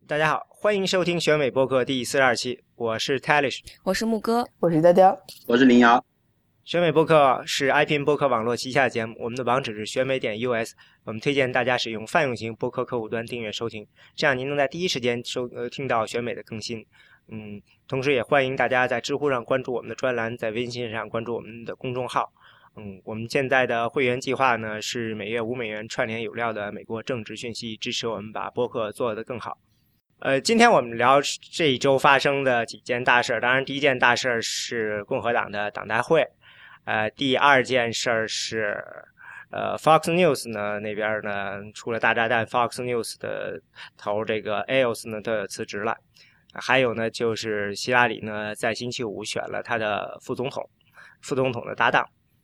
大家好，欢迎收听选美播客第42期，我是 Talish， 我是木哥， 我是调调， 我是林瑶。 选美播客是 iPin 播客网络旗下的节目，我们的网址是选美.us， 我们推荐大家使用泛用型播客客户端订阅收听，这样您能在第一时间听到选美的更新。同时也欢迎大家在知乎上关注我们的专栏，在微信上关注我们的公众号。我们现在的会员计划呢是每月$5串联有料的美国政治讯息，支持我们把播客做得更好。今天我们聊这一周发生的几件大事，当然第一件大事是共和党的党代会，第二件事是Fox News 呢那边呢出了大炸弹 ，Fox News 的头这个 Ailes 呢他辞职了，还有呢就是希拉里呢在星期五选了他的副总统的搭档。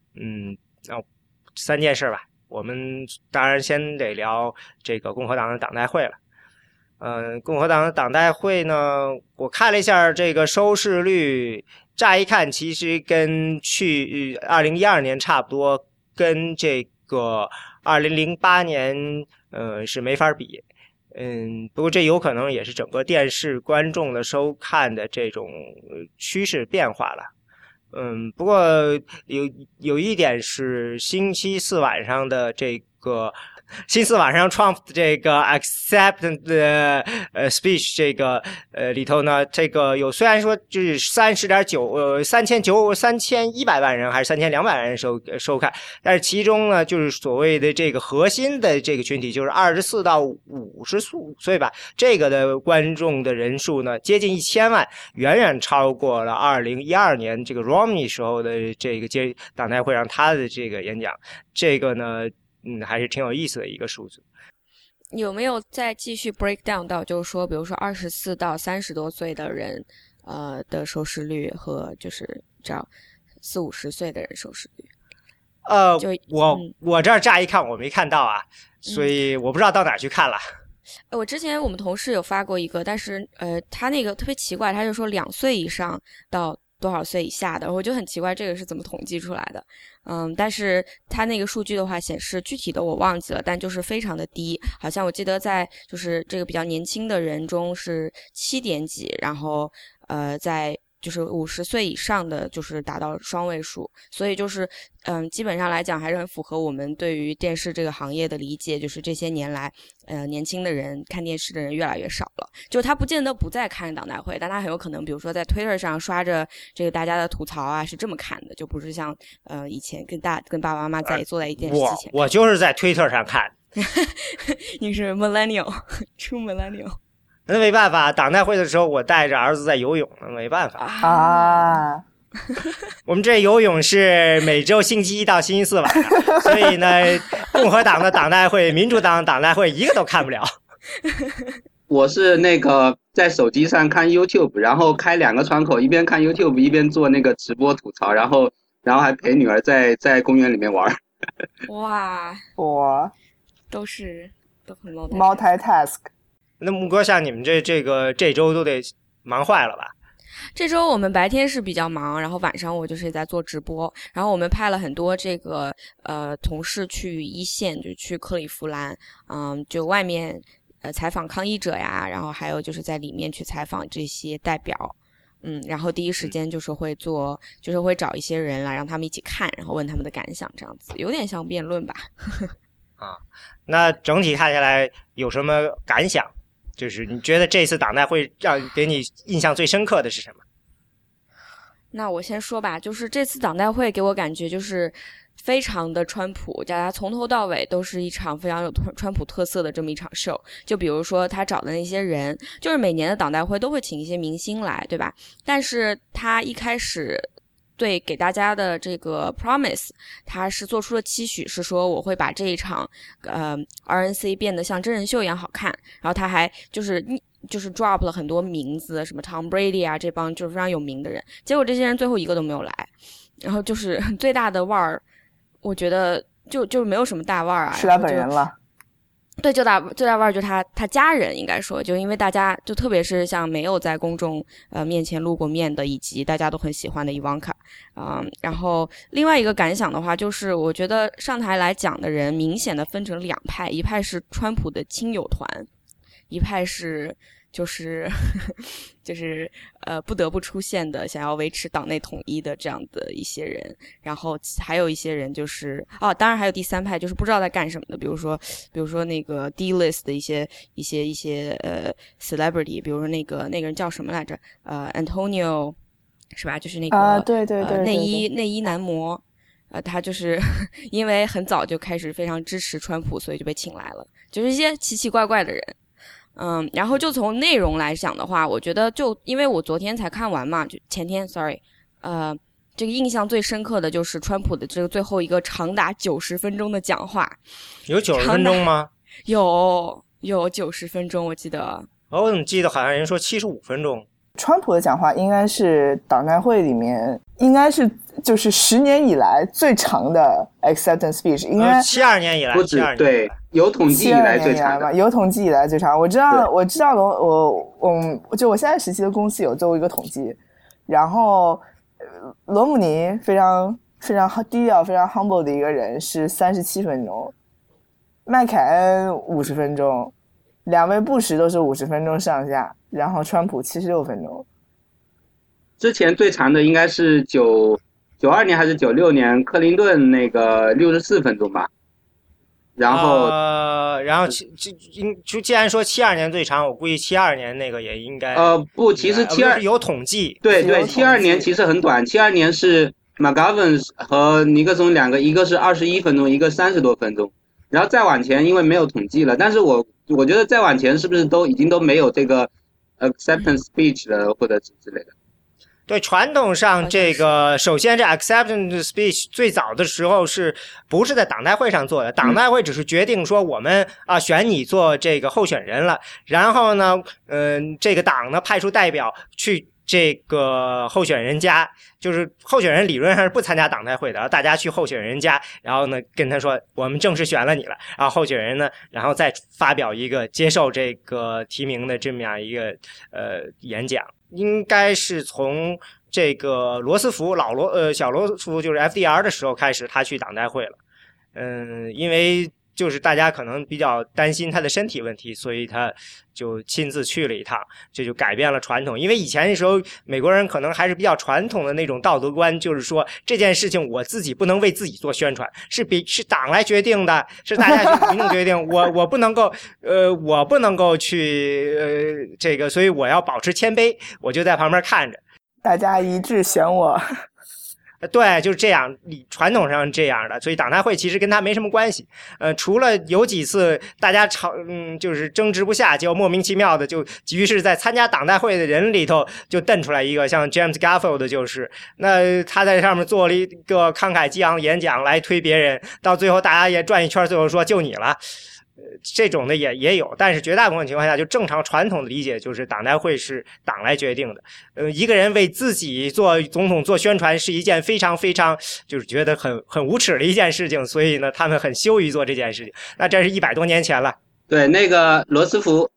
三件事吧，我们当然先得聊这个共和党的党代会了。共和党的党代会呢，我看了一下这个收视率，乍一看其实跟2012年差不多，跟这个2008年是没法比。不过这有可能也是整个电视观众的收看的这种趋势变化了。不过有一点是星期四晚上的这个星期四晚上 Trump 的这个 accept 的speech 这个里头呢，这个有虽然说就是3100万人还是3200万人收看，但是其中呢就是所谓的这个核心的这个群体，就是24到55岁吧，这个的观众的人数呢接近1000万，远远超过了2012年这个 Romney 时候的这个党代会上他的这个演讲，这个呢还是挺有意思的一个数字。 有没有再继续 break down 到就是说比如说24到30多岁的人的收视率和就是找40-50岁的人收视率？ 我这儿乍一看我没看到啊，所以我不知道到哪去看了。 我之前我们同事有发过一个，但是他那个特别奇怪，他就说2岁以上到多少岁以下的，我就很奇怪这个是怎么统计出来的。但是他那个数据的话显示具体的我忘记了，但就是非常的低，好像我记得在就是这个比较年轻的人中是7点几，然后在就是50岁以上的就是达到双位数，所以就是基本上来讲还是很符合我们对于电视这个行业的理解，就是这些年来年轻的人看电视的人越来越少了，就是他不见得不再看党代会，但他很有可能比如说在 Twitter 上刷着这个大家的吐槽啊是这么看的，就不是像以前跟爸爸妈妈在坐在一电视机前我就是在 Twitter 上看。 你是 millennial true millennial。 那没办法，党代会的时候我带着儿子在游泳呢，没办法啊。 我们这游泳是每周星期一到星期四晚上，所以呢，共和党的党代会、民主党的党代会一个都看不了。 我是那个在手机上看 YouTube， 然后开2个窗口，一边看 YouTube 一边做那个直播吐槽，然后还陪女儿在公园里面玩。 哇，都很 multitask。 那木哥像你们这周都得忙坏了吧？ 这周我们白天是比较忙，然后晚上我就是在做直播，然后我们派了很多这个同事去一线，就去克利夫兰，就外面采访抗议者呀，然后还有就是在里面去采访这些代表。然后第一时间就是会就是会找一些人来让他们一起看，然后问他们的感想，这样子有点像辩论吧。 那整体看下来有什么感想？就是你觉得这次党代会给你印象最深刻的是什么？ 那我先说吧，就是这次党代会给我感觉就是非常的川普，大家从头到尾都是一场非常有川普特色的这么一场秀。就比如说他找的那些人，就是每年的党代会都会请一些明星来，对吧？但是他一开始对给大家的这个 promise， 他是做出了期许，是说我会把这一场RNC 变得像真人秀一样好看，然后他还就是 drop 了很多名字，什么 Tom Brady 啊，这帮就是非常有名的人，结果这些人最后一个都没有来，然后就是最大的腕儿，我觉得就没有什么大腕儿啊， 是他本人了。 对，最大腕儿就他家人，应该说，就因为大家就特别是像没有在公众面前露过面的，以及大家都很喜欢的伊旺卡，然后另外一个感想的话，就是我觉得上台来讲的人明显的分成2派，一派是川普的亲友团， 一派是就是不得不出现的，想要维持党内统一的这样的一些人，然后还有一些人就是当然还有第三派，就是不知道在干什么的，比如说那个 D-list 的一些celebrity， 比如说那个人叫什么来着Antonio 是吧？就是那个对内衣男模。他就是因为很早就开始非常支持川普，所以就被请来了，就是一些奇奇怪怪的人。然后就从内容来讲的话，我觉得就因为我昨天才看完嘛，就前天 sorry， 这个印象最深刻的就是川普的这个最后一个长达90分钟的讲话。 有90分钟吗？ 有90分钟，我记得。 我怎么记得好像人说75分钟？ 川普的讲话应该是党代会里面应该是就是10年以来最长的 acceptance speech， 应该 72年以来， 不止对，有统计以来最长的， 有统计以来最长。我知道我现在实习的公司有做过一个统计，然后罗姆尼非常非常低调、非常 humble 的一个人是37分钟，麦凯恩50分钟，两位布什都是50分钟上下，然后川普76分钟。 之前最长的应该是92年还是96年克林顿那个64分钟吧。然后既然说72年最长，我估计72年那个也应该不，其实72 有统计， 对72年其实很短，72年是 McGovern 和尼克松两个，一个是21分钟，一个30多分钟，然后再往前因为没有统计了，但是我觉得再往前是不是已经都没有这个 acceptance speech 了或者之类的。 对，传统上这个首先这 acceptance speech 最早的时候不是在党代会上做的，党代会只是决定说我们选你做这个候选人了，然后呢这个党呢派出代表去这个候选人家，就是候选人理论上是不参加党代会的，然后大家去候选人家，然后呢跟他说我们正式选了你了，然后候选人呢然后再发表一个接受这个提名的这么样一个演讲。应该是从这个小罗斯福就是 FDR 的时候开始他去党代会了。因为就是大家可能比较担心他的身体问题，所以他就亲自去了一趟，这就改变了传统。因为以前的时候美国人可能还是比较传统的那种道德观，就是说这件事情我自己不能为自己做宣传，是党来决定的，是大家去民众决定，我不能够去这个，所以我要保持谦卑，我就在旁边看着， 大家一致选我。 对，就是这样，传统上这样的，所以党代会其实跟他没什么关系。除了有几次大家就是争执不下，就莫名其妙的于是在参加党代会的人里头就瞪出来一个，像 James Garfield 就是那他在上面做了一个慷慨激昂演讲来推别人，到最后大家也转一圈，最后说就你了。这种的也有，但是绝大部分情况下，就正常传统的理解就是党代会是党来决定的。一个人为自己做总统做宣传是一件非常非常就是觉得很无耻的一件事情，所以呢，他们很羞于做这件事情。那这是100多年前了。 对，那个罗斯福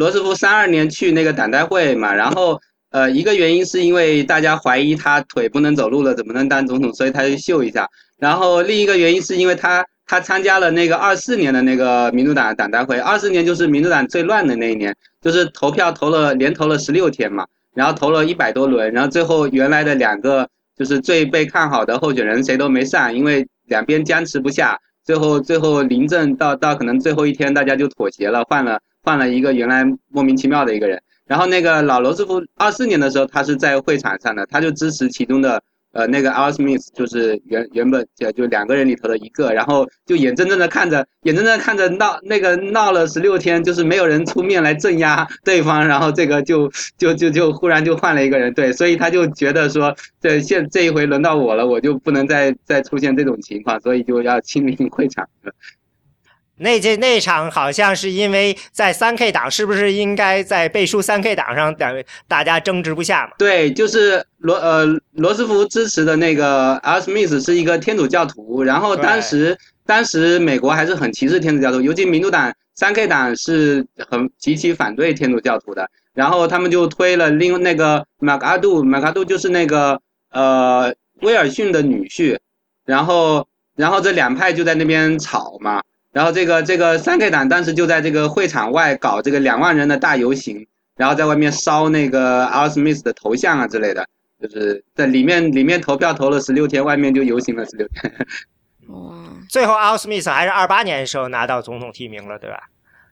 32年去那个党代会嘛，然后一个原因是因为大家怀疑他腿不能走路了，怎么能当总统，所以他就秀一下。然后另一个原因是因为他参加了那个24年的那个民主党党代会，24年就是民主党最乱的那一年，就是投票连投了16天嘛，然后投了100多轮，然后最后原来的两个就是最被看好的候选人谁都没上，因为两边僵持不下，最后临阵到可能最后一天大家就妥协了，换了一个原来莫名其妙的一个人。然后那个老罗斯福24年的时候他是在会场上的，他就支持其中的那个 Al Smith 就是原本就两个人里头的一个，然后就眼睁睁的看着闹了16天，就是没有人出面来镇压对方，然后这个就忽然就换了一个人，对，所以他就觉得说这一回轮到我了，我就不能再出现这种情况，所以就要亲临会场了。 那场好像是因为在3K 党，是不是应该在背书3K 党上大家争执不下嘛？ 对，就是罗斯福支持的那个 Al Smith 是一个天主教徒，然后当时美国还是很歧视天主教徒，尤其民主党 3K 党是极其反对天主教徒的，然后他们就推了那个马卡杜就是那个威尔逊的女婿，然后这两派就在那边吵嘛。 然后这个3K 党当时就在这个会场外搞这个2万人的大游行，然后在外面烧那个 Al Smith 的头像啊之类的，就是在里面投票投了16天，外面就游行了16天。 哇！ 最后 Al Smith 还是28年的时候拿到总统提名了，对吧？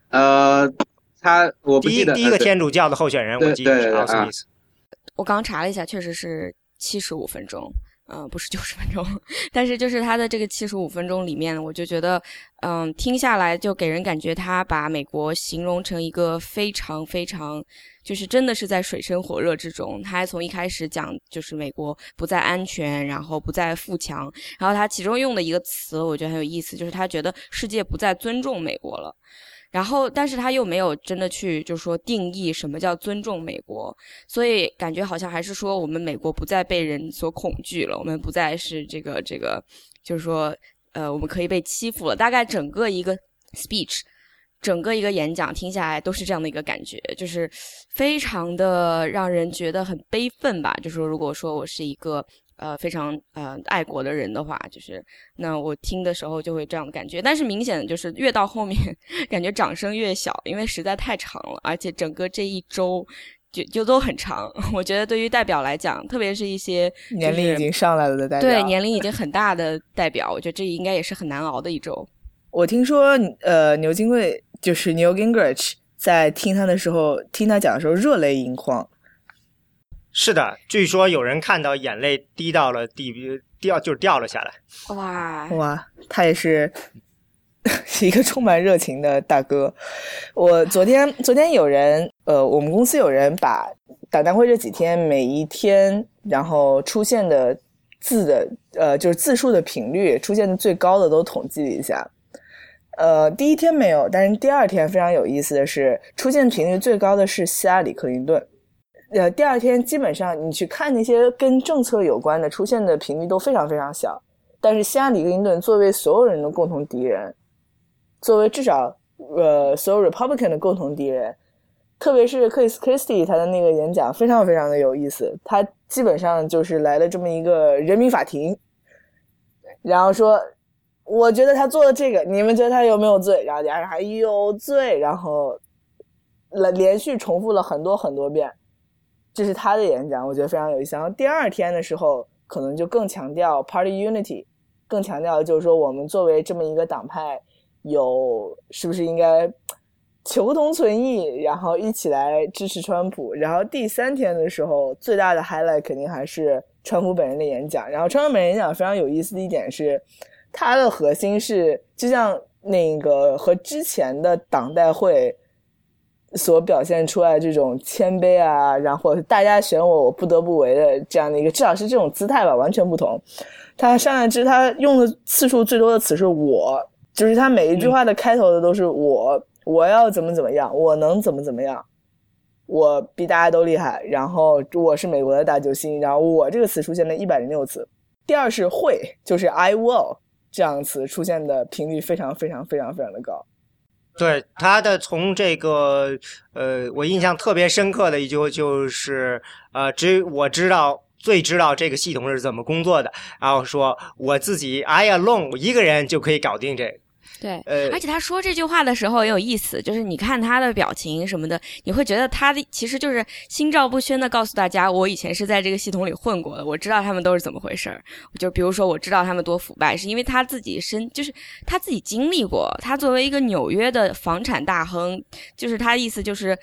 我不记得第一个天主教的候选人，我记得是 Al Smith。 我刚查了一下，确实是75分钟。不是90分钟，但是就是他的这个75分钟里面，我就觉得，听下来就给人感觉他把美国形容成一个非常非常，就是真的是在水深火热之中。他还从一开始讲，就是美国不再安全，然后不再富强，然后他其中用的一个词，我觉得很有意思，就是他觉得世界不再尊重美国了。然后但是他又没有真的去就是说定义什么叫尊重美国，所以感觉好像还是说我们美国不再被人所恐惧了，我们不再是这个就是说我们可以被欺负了。大概整个一个 speech 整个一个演讲听下来都是这样的一个感觉，就是非常的让人觉得很悲愤吧。就是说如果说我是一个非常爱国的人的话，就是那我听的时候就会这样的感觉。但是明显的就是越到后面感觉掌声越小，因为实在太长了，而且整个这一周就都很长。我觉得对于代表来讲，特别是一些、 年龄已经上来了的代表， 对，年龄已经很大的代表，我觉得这应该也是很难熬的一周。 我听说牛金贵就是 Newt Gingrich 在听他讲的时候热泪盈眶。 是的，据说有人看到眼泪滴到了掉了下来。 哇，他也是一个充满热情的大哥。我昨天有人我们公司有人把党代会这几天每一天然后出现的字的就是字数的频率出现的最高的都统计了一下。第一天没有，但是第二天非常有意思的是，出现频率最高的是希拉里·克林顿。第二天基本上你去看那些跟政策有关的出现的频率都非常非常小，但是希拉里·克林顿作为所有人的共同敌人，作为至少所有 Republican 的共同敌人，特别是克里斯·克里斯蒂他的那个演讲非常非常的有意思。他基本上就是来了这么一个人民法庭，然后说我觉得他做了这个，你们觉得他有没有罪？然后大家还有罪，然后连续重复了很多很多遍。这是他的演讲，我觉得非常有意思。然后第二天的时候可能就更强调 party unity， 更强调就是说我们作为这么一个党派是不是应该求同存异，然后一起来支持川普。然后第三天的时候最大的 highlight 肯定还是川普本人的演讲。然后川普本人演讲非常有意思的一点是，他的核心是就像那个和之前的党代会所表现出来这种谦卑啊，然后大家选我不得不为的这样的一个，至少是这种姿态吧，完全不同。他上来之他用的次数最多的词是我，就是他每一句话的开头的都是我要怎么样，我能怎么样，我比大家都厉害，然后我是美国的大救星，然后我这个词出现了106次。第二是会，就是 I will 这样的词出现的频率非常非常非常非常的高。 对，他的从这个我印象特别深刻的一句就是我最知道这个系统是怎么工作的，然后说我自己 I alone 我一个人就可以搞定这个。 对，而且他说这句话的时候也有意思，就是你看他的表情什么的，你会觉得他其实就是心照不宣的告诉大家，我以前是在这个系统里混过的，我知道他们都是怎么回事。就比如说我知道他们多腐败，是因为他自己就是他自己经历过。他作为一个纽约的房产大亨，就是他意思就是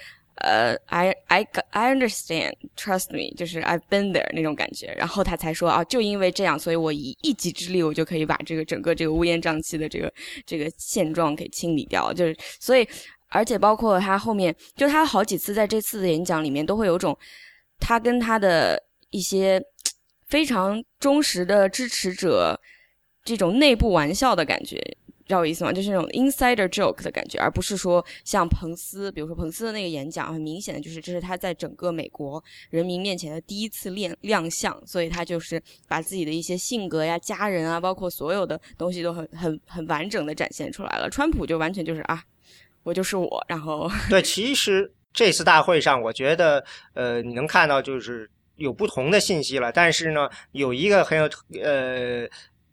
I understand, trust me， 就是 I've been there 那种感觉。然后他才说啊，就因为这样，所以我以一己之力，我就可以把这个整个这个乌烟瘴气的这个现状给清理掉。就是所以，而且包括他后面，就他好几次在这次的演讲里面都会有种他跟他的一些非常忠实的支持者这种内部玩笑的感觉。知道我意思吗？就是那种 insider joke 的感觉，而不是说像彭斯，比如说彭斯的那个演讲，很明显的就是这是他在整个美国人民面前的第一次亮相，所以他就是把自己的一些性格呀、家人啊，包括所有的东西都很完整的展现出来了。川普就完全就是我就是我，然后对，其实这次大会上，我觉得你能看到就是有不同的信息了，但是呢，有一个很有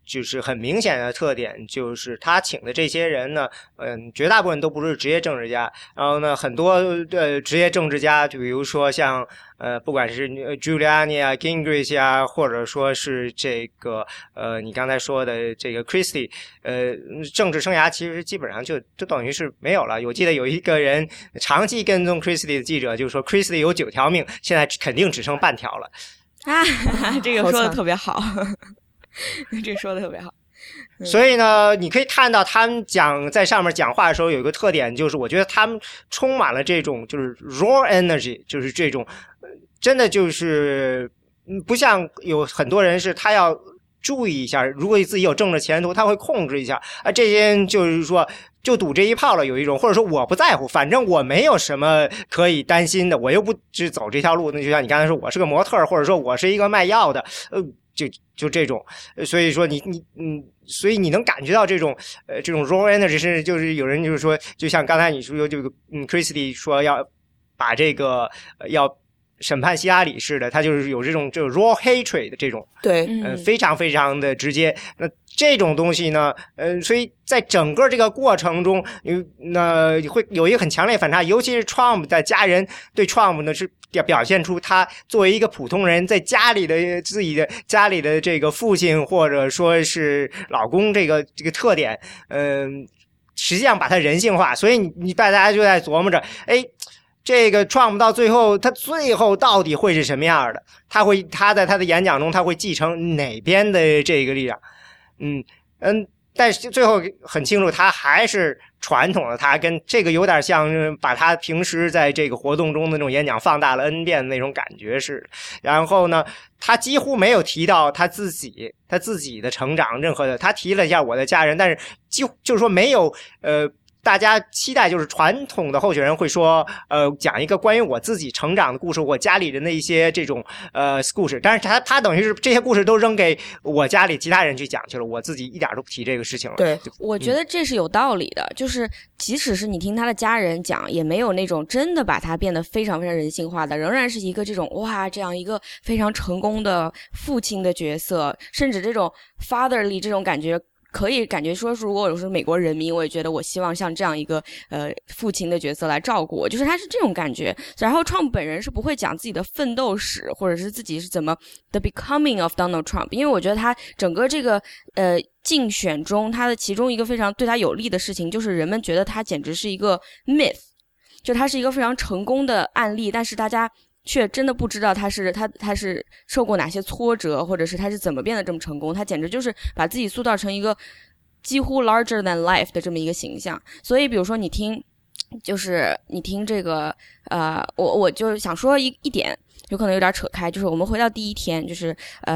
就是很明显的特点，就是他请的这些人呢，绝大部分都不是职业政治家，然后呢，很多职业政治家，就比如说像不管是Giuliani 啊、Gingrich 啊，或者说是这个你刚才说的这个 Christie， 政治生涯其实基本上就等于是没有了。我记得有一个人长期跟踪 Christie 的记者就说 Christie 有9条命，现在肯定只剩半条了。 啊，这个说的特别好。这说的特别好。 所以呢，你可以看到他们在上面讲话的时候有一个特点，就是我觉得他们充满了这种就是 raw energy， 就是这种真的就是不像有很多人是他要注意一下，如果自己有政治前途他会控制一下啊，这些人就是说就赌这一炮了，有一种或者说我不在乎，反正我没有什么可以担心的，我又不去走这条路，那就像你刚才说我是个模特，或者说我是一个卖药的，就这种，所以说所以你能感觉到这种raw energy， 甚至就是有人就是说，就像刚才你说这个Christie 说要把这个要审判希拉里似的，他就是有这种raw hatred 的这种， 对， 非常非常的直接。那这种东西呢，所以在整个这个过程中，会有一个很强烈反差，尤其是 Trump 的家人对 Trump 呢是表现出他作为一个普通人在家里的自己的家里的这个父亲或者说是老公这个特点，实际上把它人性化，所以大家就在琢磨着，这个 Trump 到最后他最后到底会是什么样的？他在他的演讲中他会继承哪边的这个力量？但是最后很清楚，他还是传统的，他跟这个有点像把他平时在这个活动中的那种演讲放大了 N 遍的那种感觉似的。然后呢，他几乎没有提到他自己的成长，任何的，他提了一下我的家人，但是就是说没有大家期待就是传统的候选人会说讲一个关于我自己成长的故事，我家里人的一些这种故事，但是他等于是这些故事都扔给我家里其他人去讲去了，我自己一点都不提这个事情了。 对， 我觉得这是有道理的，就是即使是你听他的家人讲，也没有那种真的把他变得非常非常人性化的，仍然是一个这种这样一个非常成功的父亲的角色，甚至这种 fatherly 这种感觉。可以感觉说，如果我是美国人民，我也觉得我希望像这样一个父亲的角色来照顾我，就是他是这种感觉。然后 Trump 本人是不会讲自己的奋斗史，或者是自己是怎么 the becoming of Donald Trump， 因为我觉得他整个这个竞选中，他的其中一个非常对他有利的事情，就是人们觉得他简直是一个 myth， 就他是一个非常成功的案例，但是大家却真的不知道他是受过哪些挫折，或者是他是怎么变得这么成功。他简直就是把自己塑造成一个几乎 larger than life 的这么一个形象。所以比如说你听这个我就想说一点，有可能有点扯开，就是我们回到第一天，就是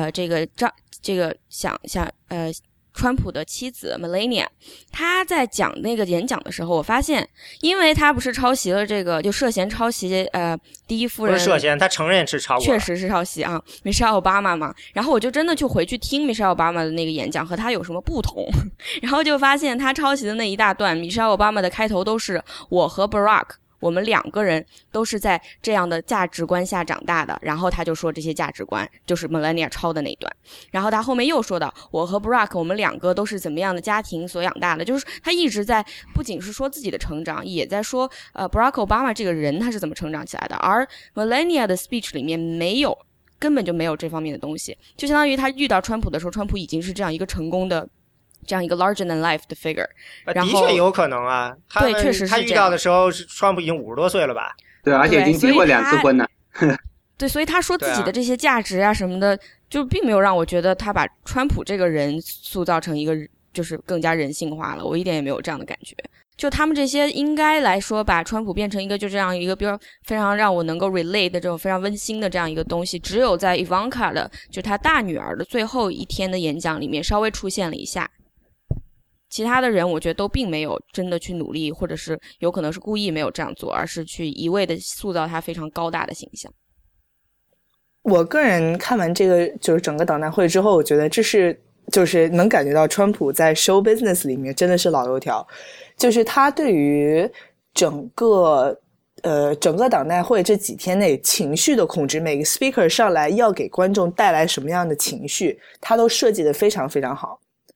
川普的妻子 Melania， 他在讲那个演讲的时候，我发现，因为他不是抄袭了这个，就涉嫌抄袭第一夫人， 不是涉嫌，他承认是抄过， 确实是抄袭啊 ，Michelle Obama 嘛。然后我就真的就回去听 Michelle Obama 的那个演讲和他有什么不同，然后就发现他抄袭的那一大段 Michelle Obama 的开头都是我和 Barack。我们两个人都是在这样的价值观下长大的，然后他就说这些价值观就是 Melania 抄的那一段，然后他后面又说到我和 Barack 我们两个都是怎么样的家庭所养大的，就是他一直在不仅是说自己的成长，也在说Barack Obama 这个人他是怎么成长起来的，而 Melania 的 speech 里面根本就没有这方面的东西，就相当于他遇到川普的时候，川普已经是这样一个成功的这样一个 larger than life 的 figure， 然后的确有可能啊。 对，确实是他遇到的时候，川普已经50多岁了吧？ 对，而且已经结过2次婚了。 对，所以他说自己的这些价值啊什么的，就并没有让我觉得他把川普这个人塑造成一个就是更加人性化了，我一点也没有这样的感觉。就他们这些应该来说把川普变成一个就这样一个比如非常让我能够 relate 的这种非常温馨的这样一个东西，只有在 Ivanka 的就他大女儿的最后一天的演讲里面稍微出现了一下，其他的人我觉得都并没有真的去努力，或者是有可能是故意没有这样做，而是去一味的塑造他非常高大的形象。 我个人看完这个就是整个党大会之后，我觉得这是就是能感觉到川普在 show business 里面真的是老油条，就是他对于整个党大会这几天内情绪的控制，每个 speaker 上来要给观众带来什么样的情绪，他都设计得非常非常好。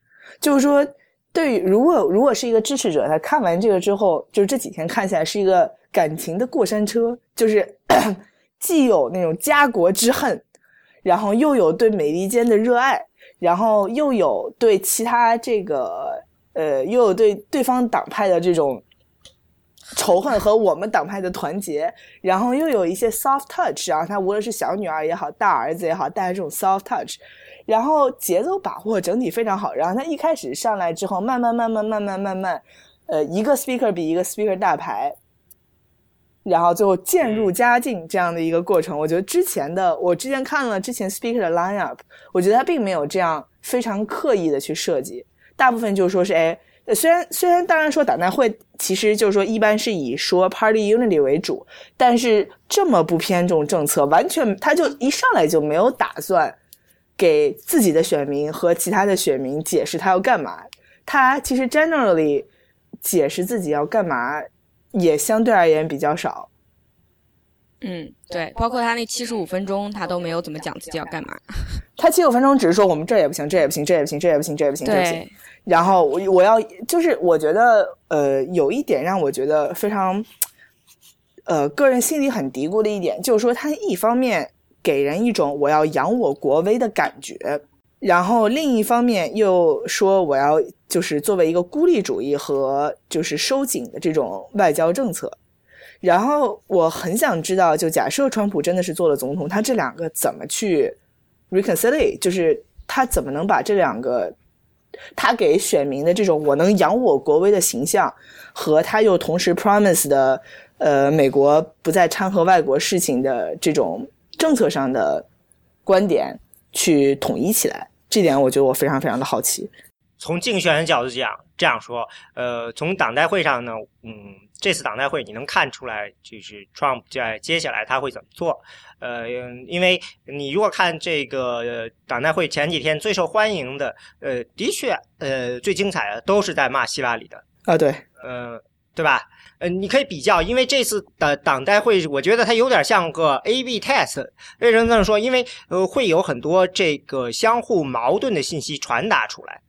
就是说，对于如果是一个支持者，他看完这个之后，就是这几天看起来是一个感情的过山车，就是既有那种家国之恨，然后又有对美利坚的热爱，然后又有对其他这个又有对对方党派的这种仇恨和我们党派的团结，然后又有一些 soft touch， 然后他无论是小女儿也好，大儿子也好，带着这种 soft touch， 然后节奏把握整体非常好。然后他一开始上来之后，慢慢，一个 speaker 比一个 speaker 大牌，然后最后渐入佳境这样的一个过程。我觉得我之前看了之前 speaker 的 lineup， 我觉得他并没有这样非常刻意的去设计，大部分就是说是虽然当然说党代会其实就是说一般是以说 party unity 为主，但是这么不偏重政策，完全他就一上来就没有打算给自己的选民和其他的选民解释他要干嘛。他其实 generally 解释自己要干嘛也相对而言比较少。 对，包括他那75分钟他都没有怎么讲自己要干嘛。 他75分钟只是说我们这也不行，这也不行，这也不行，这也不行，这也不行，这也不行。然后我要就是我觉得有一点让我觉得非常个人心里很嘀咕的一点，就是说他一方面给人一种我要扬我国威的感觉，然后另一方面又说我要就是作为一个孤立主义和就是收紧的这种外交政策。然后我很想知道，就假设川普真的是做了总统，他这两个怎么去 reconcile， 就是他怎么能把这两个他给选民的这种我能扬我国威的形象和他又同时 promise 的美国不再掺和外国事情的这种政策上的观点去统一起来，这点我觉得我非常非常的好奇。 从竞选的角度讲，这样说，从党代会上呢，这次党代会你能看出来，就是 Trump 在接下来他会怎么做。因为你如果看这个党代会前几天最受欢迎的，的确，最精彩的都是在骂希拉里的啊，对， 对吧？你可以比较，因为这次的党代会，我觉得它有点像个 A/B test。为什么这么说？因为会有很多这个相互矛盾的信息传达出来。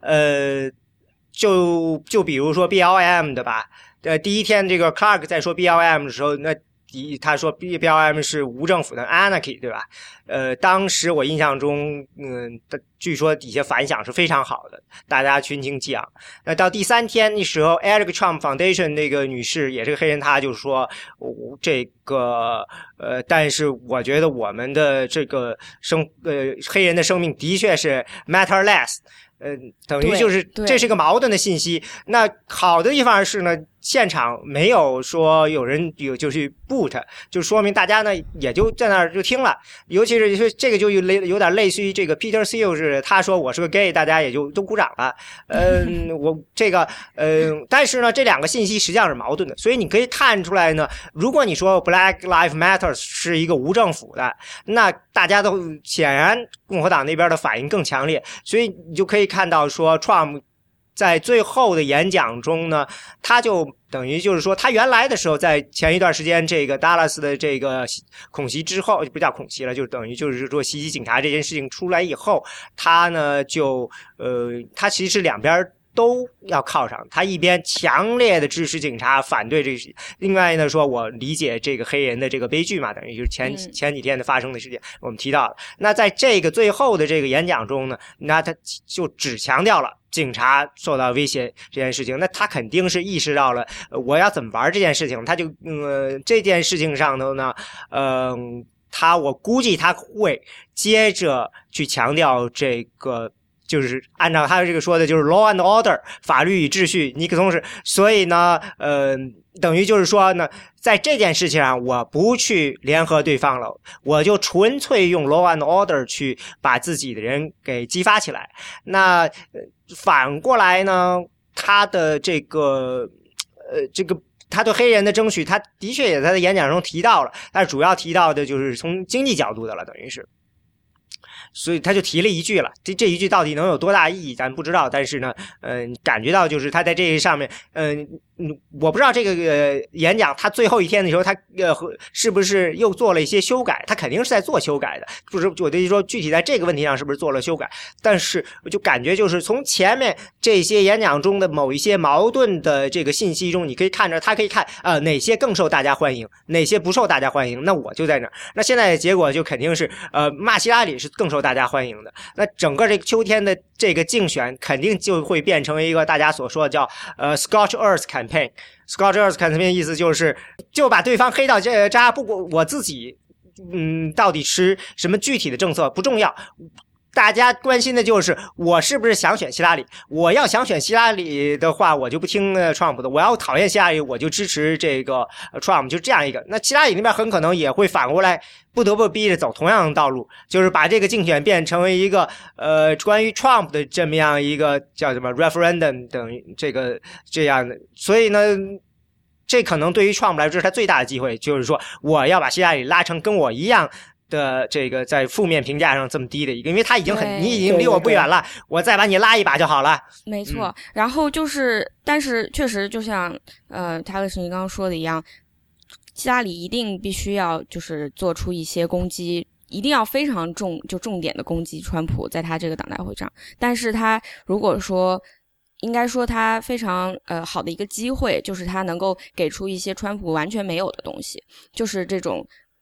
就比如说 BLM 的吧，第一天这个 Clark 在说 BLM 的时候，那他说 BLM 是无政府的 anarchy， 对吧？当时我印象中，据说底下反响是非常好的，大家群情激昂。那到第三天的时候 ，Eric Trump Foundation 那个女士也是个黑人，她就说，这个但是我觉得我们的这个黑人的生命的确是 matter less。等于就是这是个矛盾的信息。那好的地方是呢，现场没有说有人就去 boot， 就说明大家呢也就在那儿就听了。尤其是这个就有点类似于这个 Peter Thiel 是他说我是个 gay， 大家也就都鼓掌了。我这个但是呢这两个信息实际上是矛盾的，所以你可以看出来呢，如果你说 Black Lives Matter 是一个无政府的，那大家都显然共和党那边的反应更强烈，所以你就可以看到说 Trump 在最后的演讲中呢，他就等于就是说他原来的时候在前一段时间这个 Dallas 的这个恐袭之后，不叫恐袭了，就等于就是说袭击警察这件事情出来以后，他呢就他其实两边都要靠上，他一边强烈的支持警察，反对这个，另外呢说我理解这个黑人的这个悲剧嘛，等于就是前几天的发生的事件，我们提到了。那在这个最后的这个演讲中呢，那他就只强调了警察受到威胁这件事情，那他肯定是意识到了我要怎么玩这件事情，他就这件事情上头呢，我估计他会接着去强调这个。就是按照他这个说的，就是 law and order 法律与秩序，尼克松是，所以呢，等于就是说呢，在这件事情上，我不去联合对方了，我就纯粹用 law and order 去把自己的人给激发起来。那反过来呢，他的这个他对黑人的争取，他的确也在他的演讲中提到了，但是主要提到的就是从经济角度的了，等于是。所以他就提了一句了，这一句到底能有多大意义咱不知道，但是呢感觉到就是他在这上面我不知道这个演讲他最后一天的时候，他是不是又做了一些修改？他肯定是在做修改的，就是我的意思说，具体在这个问题上是不是做了修改？但是我就感觉就是从前面这些演讲中的某一些矛盾的这个信息中，你可以看着他可以看哪些更受大家欢迎，哪些不受大家欢迎，那我就在那儿。那现在的结果就肯定是骂希拉里是更受大家欢迎的。那整个这个秋天的这个竞选肯定就会变成一个大家所说的叫Scorched Earth Campaign。Scorched Earth Campaign 意思就是把对方黑到渣，不过我自己到底持什么具体的政策不重要。大家关心的就是我是不是想选希拉里。我要想选希拉里的话，我就不听Trump 的；我要讨厌希拉里，我就支持这个Trump， 就这样一个。那希拉里那边很可能也会反过来不得不逼着走同样的道路，就是把这个竞选变成一个关于 Trump 的这么样一个叫什么 referendum 等这样的。所以呢，这可能对于 Trump 来说是他最大的机会，就是说我要把希拉里拉成跟我一样的这个在负面评价上这么低的一个，因为他你已经离我不远了，我再把你拉一把就好了。 没错，然后就是，但是确实就像泰勒斯你刚刚说的一样，希拉里一定必须要就是做出一些攻击，一定要非常重点的攻击川普在他这个党代会上。但是他如果说应该说他非常好的一个机会，就是他能够给出一些川普完全没有的东西，就是这种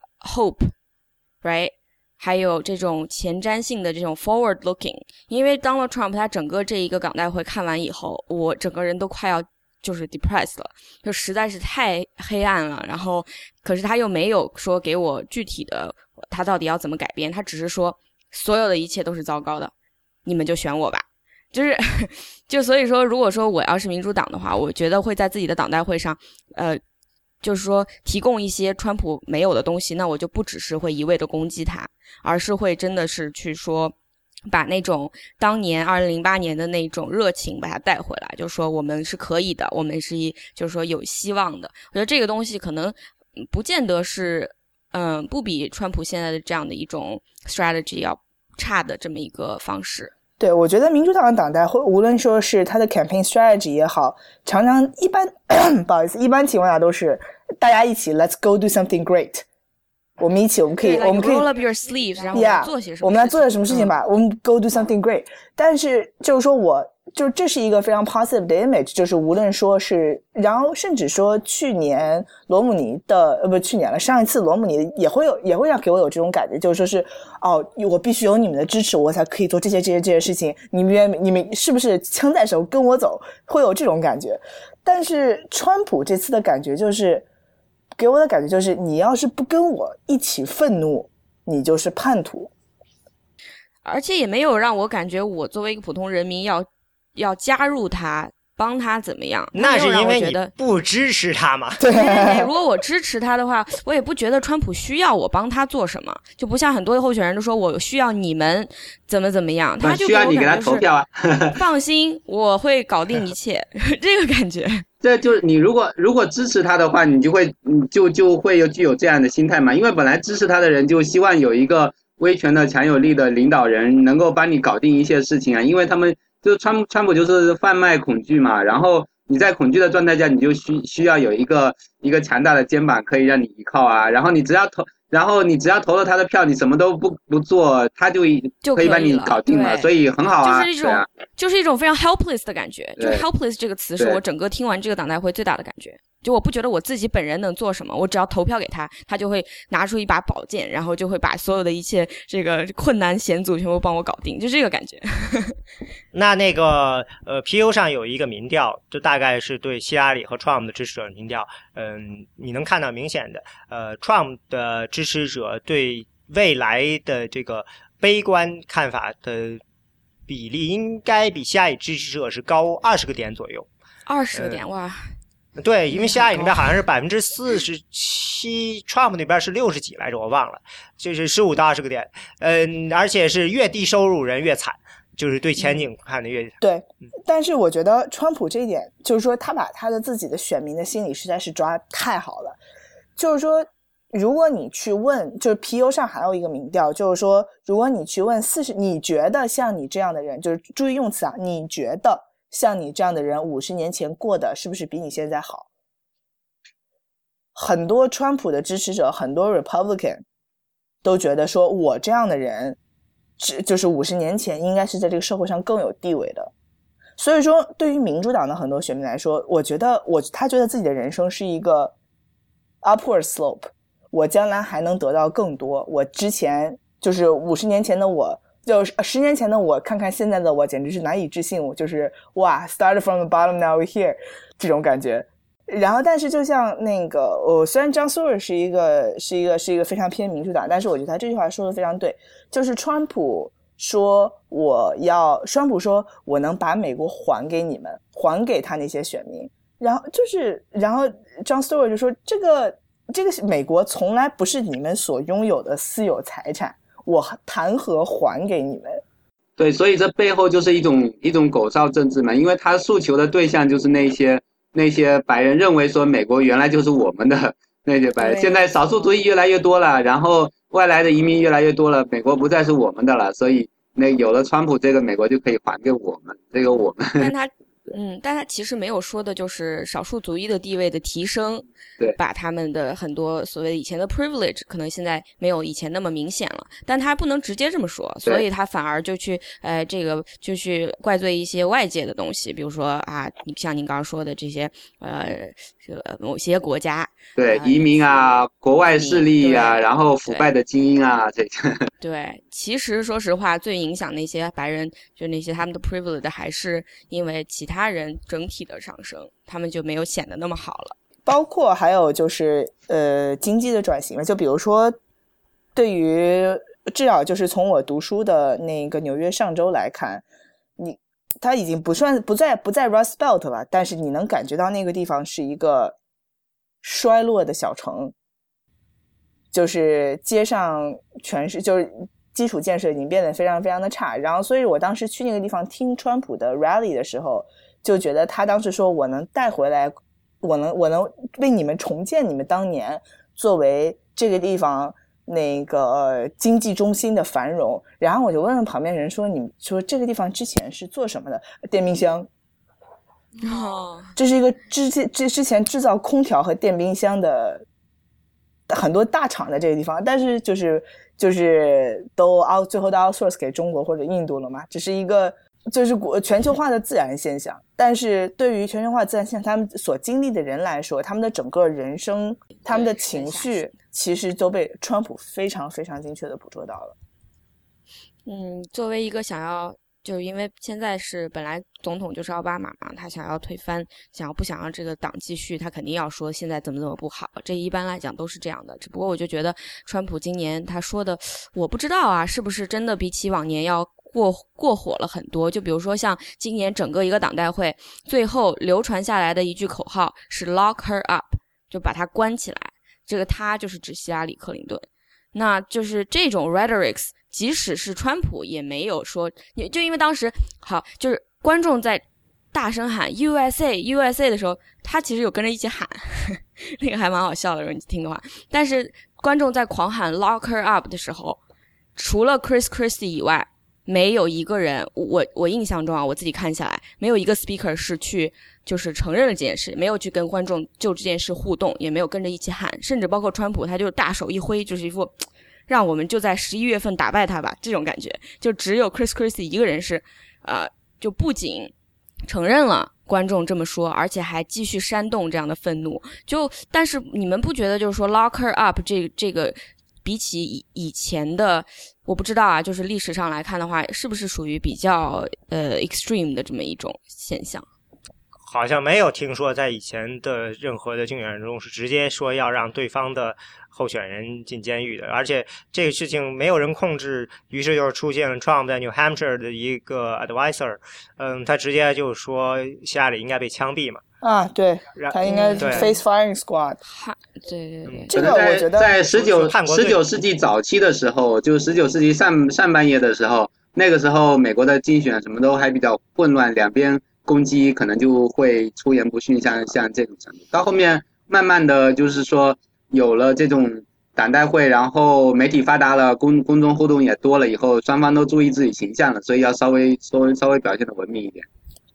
hope。Right， 还有这种前瞻性的这种 forward looking， 因为 Donald Trump 他整个这一个党代会看完以后，我整个人都快要就是 depressed 了，就实在是太黑暗了。然后，可是他又没有说给我具体的他到底要怎么改变，他只是说所有的一切都是糟糕的，你们就选我吧。就所以说，如果说我要是民主党的话，我觉得会在自己的党代会上，就是说提供一些川普没有的东西，那我就不只是会一味的攻击他，而是会真的是去说把那种当年2008年的那种热情把它带回来，就是说我们是可以的，我们是就是说有希望的。我觉得这个东西可能不见得是不比川普现在的这样的一种 strategy 要差的这么一个方式。 对，我觉得民主党的党代会无论说是他的 campaign strategy 也好，常常一般不好意思，一般情况下都是大家一起 let's go do something great， 我们可以 roll up your sleeves， 然后我们做些什么， 我们来做点什么事情吧，我们 go do something great。 但是就是说这是一个非常 positive 的 image， 就是无论说是，然后甚至说去年罗姆尼的不去年了，上一次罗姆尼也会让给我有这种感觉，就是说是我必须有你们的支持，我才可以做这些事情，你们是不是枪在手跟我走，会有这种感觉。但是川普这次的感觉就是给我的感觉就是，你要是不跟我一起愤怒，你就是叛徒。 而且也没有让我感觉我作为一个普通人民要加入他帮他怎么样， 那是因为你不支持他嘛。 对，如果我支持他的话，我也不觉得川普需要我帮他做什么，就不像很多候选人都说我需要你们怎么样，他就需要你给他投票啊。 放心，我会搞定一切，这个感觉。 这就是你如果支持他的话，你就会具有这样的心态嘛，因为本来支持他的人就希望有一个威权的强有力的领导人能够帮你搞定一些事情啊，因为他们就川普就是贩卖恐惧嘛，然后你在恐惧的状态下，你就需要有一个强大的肩膀可以让你依靠啊，然后你只要投了他的票，你什么都不做，他就可以把你搞定了，所以很好啊。 就是一种非常 helpless 的感觉，就是 helpless 这个词是我整个听完这个党代会最大的感觉。就我不觉得我自己本人能做什么，我只要投票给他，他就会拿出一把宝剑，然后就会把所有的一切这个困难险阻全部帮我搞定，就这个感觉。 那个PU 上有一个民调，就大概是对希拉里和 Trump 的支持者民调，你能看到明显的Trump 的支持者对未来的这个悲观看法的比例应该比希拉里支持者是高20个点左右。 20个点，哇！ 对，因为希拉里那边好像是47%， Trump 那边是60几来着，我忘了，就是15到20个点。而且是越低收入人越惨，就是对前景看的越对。但是我觉得川普这一点，就是说他把他的自己的选民的心理实在是抓太好了。就是说，如果你去问，就是 PU 上还有一个民调，就是说，如果你去问你觉得像你这样的人，就是注意用词啊，你觉得像你这样的人50年前过的是不是比你现在好？很多川普的支持者，很多 Republican 都觉得说我这样的人就是50年前应该是在这个社会上更有地位的。所以说对于民主党的很多选民来说，我觉得他觉得自己的人生是一个 upward slope， 我将来还能得到更多，我之前就是50年前的我，就10年前的我看看现在的我简直是难以置信，我就是哇 started from the bottom now we're here 这种感觉。然后但是就像那个虽然张苏尔是一个非常偏民主党，但是我觉得他这句话说的非常对，就是川普说我能把美国还给你们，还给他那些选民，然后张苏尔就说这个美国从来不是你们所拥有的私有财产，我谈何还给你们。 对，所以这背后就是一种狗哨政治嘛，因为他诉求的对象就是那些白人认为说美国原来就是我们的那些白人，现在少数族裔越来越多了，然后外来的移民越来越多了，美国不再是我们的了，所以有了川普这个美国就可以还给我们这个我们。 但他其实没有说的就是少数族裔的地位的提升， 对， 把他们的很多所谓以前的 privilege 可能现在没有以前那么明显了，但他不能直接这么说，所以他反而就去就去怪罪一些外界的东西，比如说啊，像您刚刚说的这些某些国家， 对，移民啊，国外势力啊，然后腐败的精英啊，这个。 对，其实说实话，最影响那些白人，就那些他们的 privilege 还是因为其他人整体的上升，他们就没有显得那么好了。 包括还有就是经济的转型，就比如说对于至少就是从我读书的那个纽约上州来看，它已经不在 Rust Belt 了，但是你能感觉到那个地方是一个衰落的小城，就是街上全是就是基础建设已经变得非常非常的差。然后所以我当时去那个地方听川普的 rally 的时候，就觉得他当时说我能带回来，我能为你们重建你们当年作为这个地方那个经济中心的繁荣。然后我就问问旁边人说，你说这个地方之前是做什么的？电冰箱。这是一个之前制造空调和电冰箱的很多大厂在这个地方，但是就是最后都 outsource 给中国或者印度了嘛，这是一个就是全球化的自然现象。但是对于全球化自然现象他们所经历的人来说，他们的整个人生，他们的情绪其实都被川普非常非常精确的捕捉到了。 作为一个就因为现在是本来总统就是奥巴马嘛，他想要推翻，不想让这个党继续，他肯定要说现在怎么不好，这一般来讲都是这样的。只不过我就觉得川普今年他说的，我不知道啊，是不是真的比起往年要过火了很多。就比如说像今年整个一个党代会最后流传下来的一句口号是 lock her up， 就把她关起来，这个她就是指希拉里克林顿。那就是这种 rhetorics， 即使是川普也没有说，就因为当时好就是观众在大声喊 USA USA 的时候，他其实有跟着一起喊那个还蛮好笑的，如果你听的话。但是观众在狂喊 lock her up 的时候，除了 Chris Christie 以外，没有一个人，我印象中啊，我自己看下来，没有一个 speaker 是去就是承认了这件事，没有去跟观众就这件事互动，也没有跟着一起喊，甚至包括川普他就大手一挥，就是一副让我们就在11月份打败他吧这种感觉。就只有 Chris Christie 一个人是就不仅承认了观众这么说，而且还继续煽动这样的愤怒。但是你们不觉得就是说 lock her up 这个比起以前的，我不知道啊，就是历史上来看的话，是不是属于比较extreme 的这么一种现象？ 好像没有听说在以前的任何的竞选中是直接说要让对方的候选人进监狱的，而且这个事情没有人控制，于是就是出现了 Trump 在 New Hampshire 的一个 advisor， 他直接就说希拉里应该被枪毙嘛。啊， 对，他应该 face firing squad。 对， 这个我觉得在19世纪早期的时候，就19世纪上半叶的时候，那个时候美国的竞选什么都还比较混乱，两边攻击可能就会出言不逊，像这种程度。到后面慢慢的就是说有了这种党代会，然后媒体发达了，公众互动也多了以后，双方都注意自己形象了，所以要稍微表现的文明一点。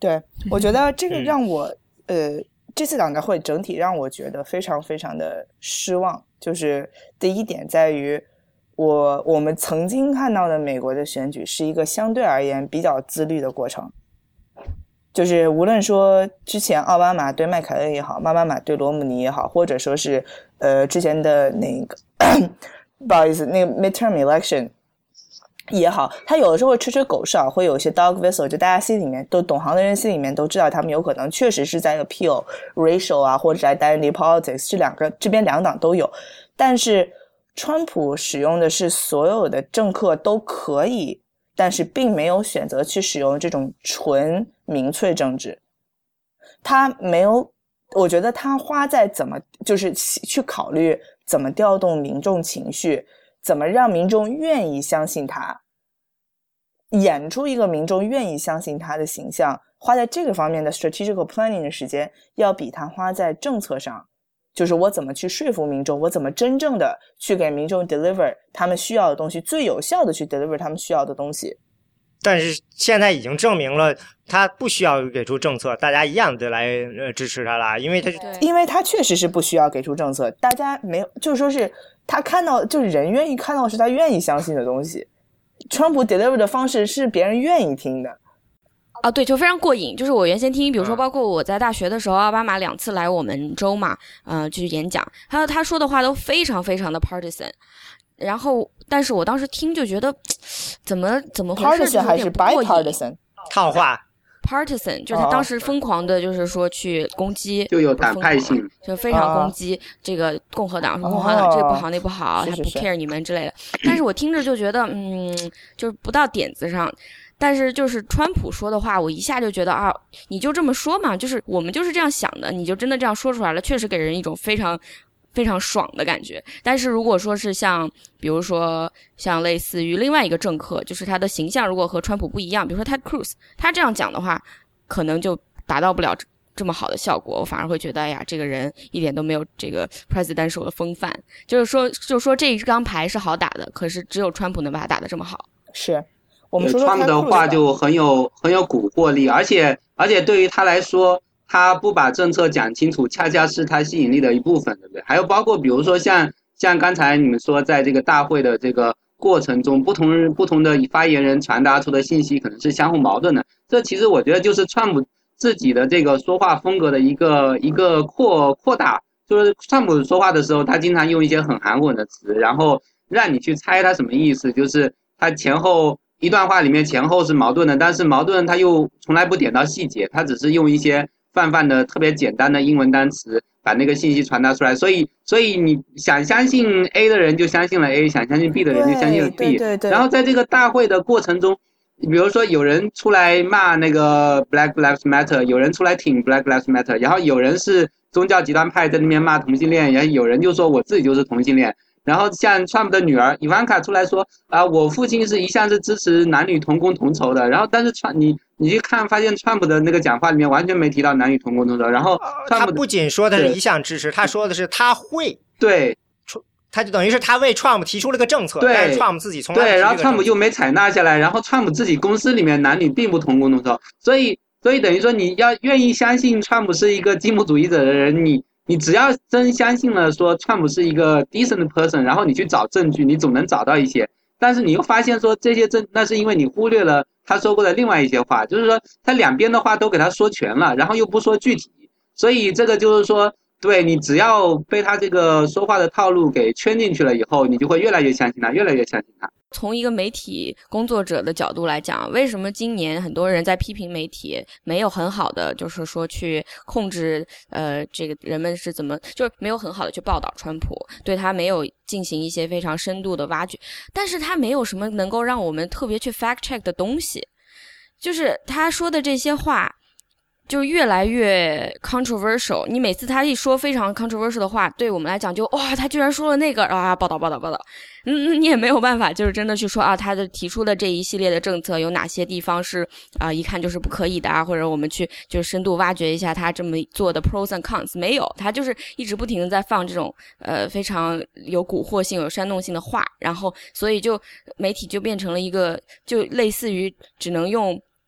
对，我觉得这个让我这次党代会整体让我觉得非常非常的失望。就是第一点在于我们曾经看到的美国的选举是一个相对而言比较自律的过程，就是无论说之前奥巴马对麦凯恩也好，奥巴马对罗姆尼也好，或者说是之前的那个不好意思那个 midterm election 也好，他有的时候会吹吹狗哨，会有一些 dog whistle， 就大家心里面都懂行的人心里面都知道他们有可能确实是在 appeal racial 啊，或者在 identity politics， 这边两党都有。但是川普使用的是所有的政客都可以，但是并没有选择去使用这种纯民粹政治。他没有，我觉得他花在怎么就是去考虑怎么调动民众情绪，怎么让民众愿意相信他，演出一个民众愿意相信他的形象，花在这个方面的 strategical planning 的时间要比他花在政策上，就是我怎么去说服民众，我怎么真正的去给民众 deliver 他们需要的东西，最有效的去 deliver 他们需要的东西。 但是现在已经证明了他不需要给出政策，大家一样的来支持他了，因为他确实是不需要给出政策，大家没有，就是说是他看到，就是人愿意看到是他愿意相信的东西。川普 deliver 的方式是别人愿意听的。 啊，对，就非常过瘾。就是我原先听，比如说包括我在大学的时候，奥巴马2次来我们州嘛，去演讲，还有他说的话都非常非常的 partisan。然后，但是我当时听就觉得，怎么回事？ partisan 还是 bipartisan？ 套话 partisan 就是他当时疯狂的，就是说去攻击， 就有党派性， 就非常攻击这个共和党，说共和党这个不好那不好，他不 care 你们之类的。但是我听着就觉得，就是不到点子上。但是就是川普说的话，我一下就觉得啊，你就这么说嘛，就是我们就是这样想的，你就真的这样说出来了，确实给人一种非常非常爽的感觉。但是如果说是比如说像类似于另外一个政客，就是他的形象如果和川普不一样，比如说 Ted Cruz， 他这样讲的话，可能就达到不了这么好的效果。我反而会觉得，哎呀，这个人一点都没有这个 presidential 的风范。就是说这一张牌是好打的，可是只有川普能把它打得这么好。 是。我们说川普的话就很有蛊惑力，而且对于他来说，他不把政策讲清楚，恰恰是他吸引力的一部分，对不对？还有包括比如说像刚才你们说，在这个大会的这个过程中，不同的发言人传达出的信息可能是相互矛盾的。这其实我觉得就是川普自己的这个说话风格的一个扩大，就是川普说话的时候，他经常用一些很含混的词，然后让你去猜他什么意思，就是他前后。一段话里面前后是矛盾的，但是矛盾他又从来不点到细节，他只是用一些泛的特别简单的英文单词把那个信息传达出来，所以你想相信 A 的人就相信了 A， 想相信 B 的人就相信了 B。 对。 然后在这个大会的过程中，比如说有人出来骂那个 Black Lives Matter， 有人出来挺 Black Lives Matter， 然后有人是宗教极端派在那边骂同性恋，然后有人就说我自己就是同性恋。然后像川普的女儿伊万卡出来说我父亲一向是支持男女同工同酬的，然后但是你去看发现川普的那个讲话里面完全没提到男女同工同酬，然后他不仅说的是一向支持，他说的是他会， 对， 他就等于是他为川普提出了个政策， 对， 但是川普自己从来对，然后川普又没采纳下来，然后川普自己公司里面男女并不同工同酬，所以等于说你要愿意相信川普是一个基姆主义者的人，你只要真相信了说川普是一个 decent person， 然后你去找证据，你总能找到一些。但是你又发现说这些那是因为你忽略了他说过的另外一些话，就是说他两边的话都给他说全了，然后又不说具体，所以这个就是说，对，你只要被他这个说话的套路给圈进去了以后，你就会越来越相信他，越来越相信他。 从一个媒体工作者的角度来讲，为什么今年很多人在批评媒体没有很好的就是说去控制这个人们是怎么，就是没有很好的去报道川普，对他没有进行一些非常深度的挖掘，但是他没有什么能够让我们特别去 fact check 的东西，就是他说的这些话就越来越 controversial， 你每次他一说非常 controversial 的话，对我们来讲就哇，他居然说了那个报道，你也没有办法就是真的去说他的提出的这一系列的政策有哪些地方是一看就是不可以的或者我们去就是深度挖掘一下他这么做的 pros and cons， 没有，他就是一直不停的在放这种非常有蛊惑性有煽动性的话，然后所以就媒体就变成了一个就类似于只能用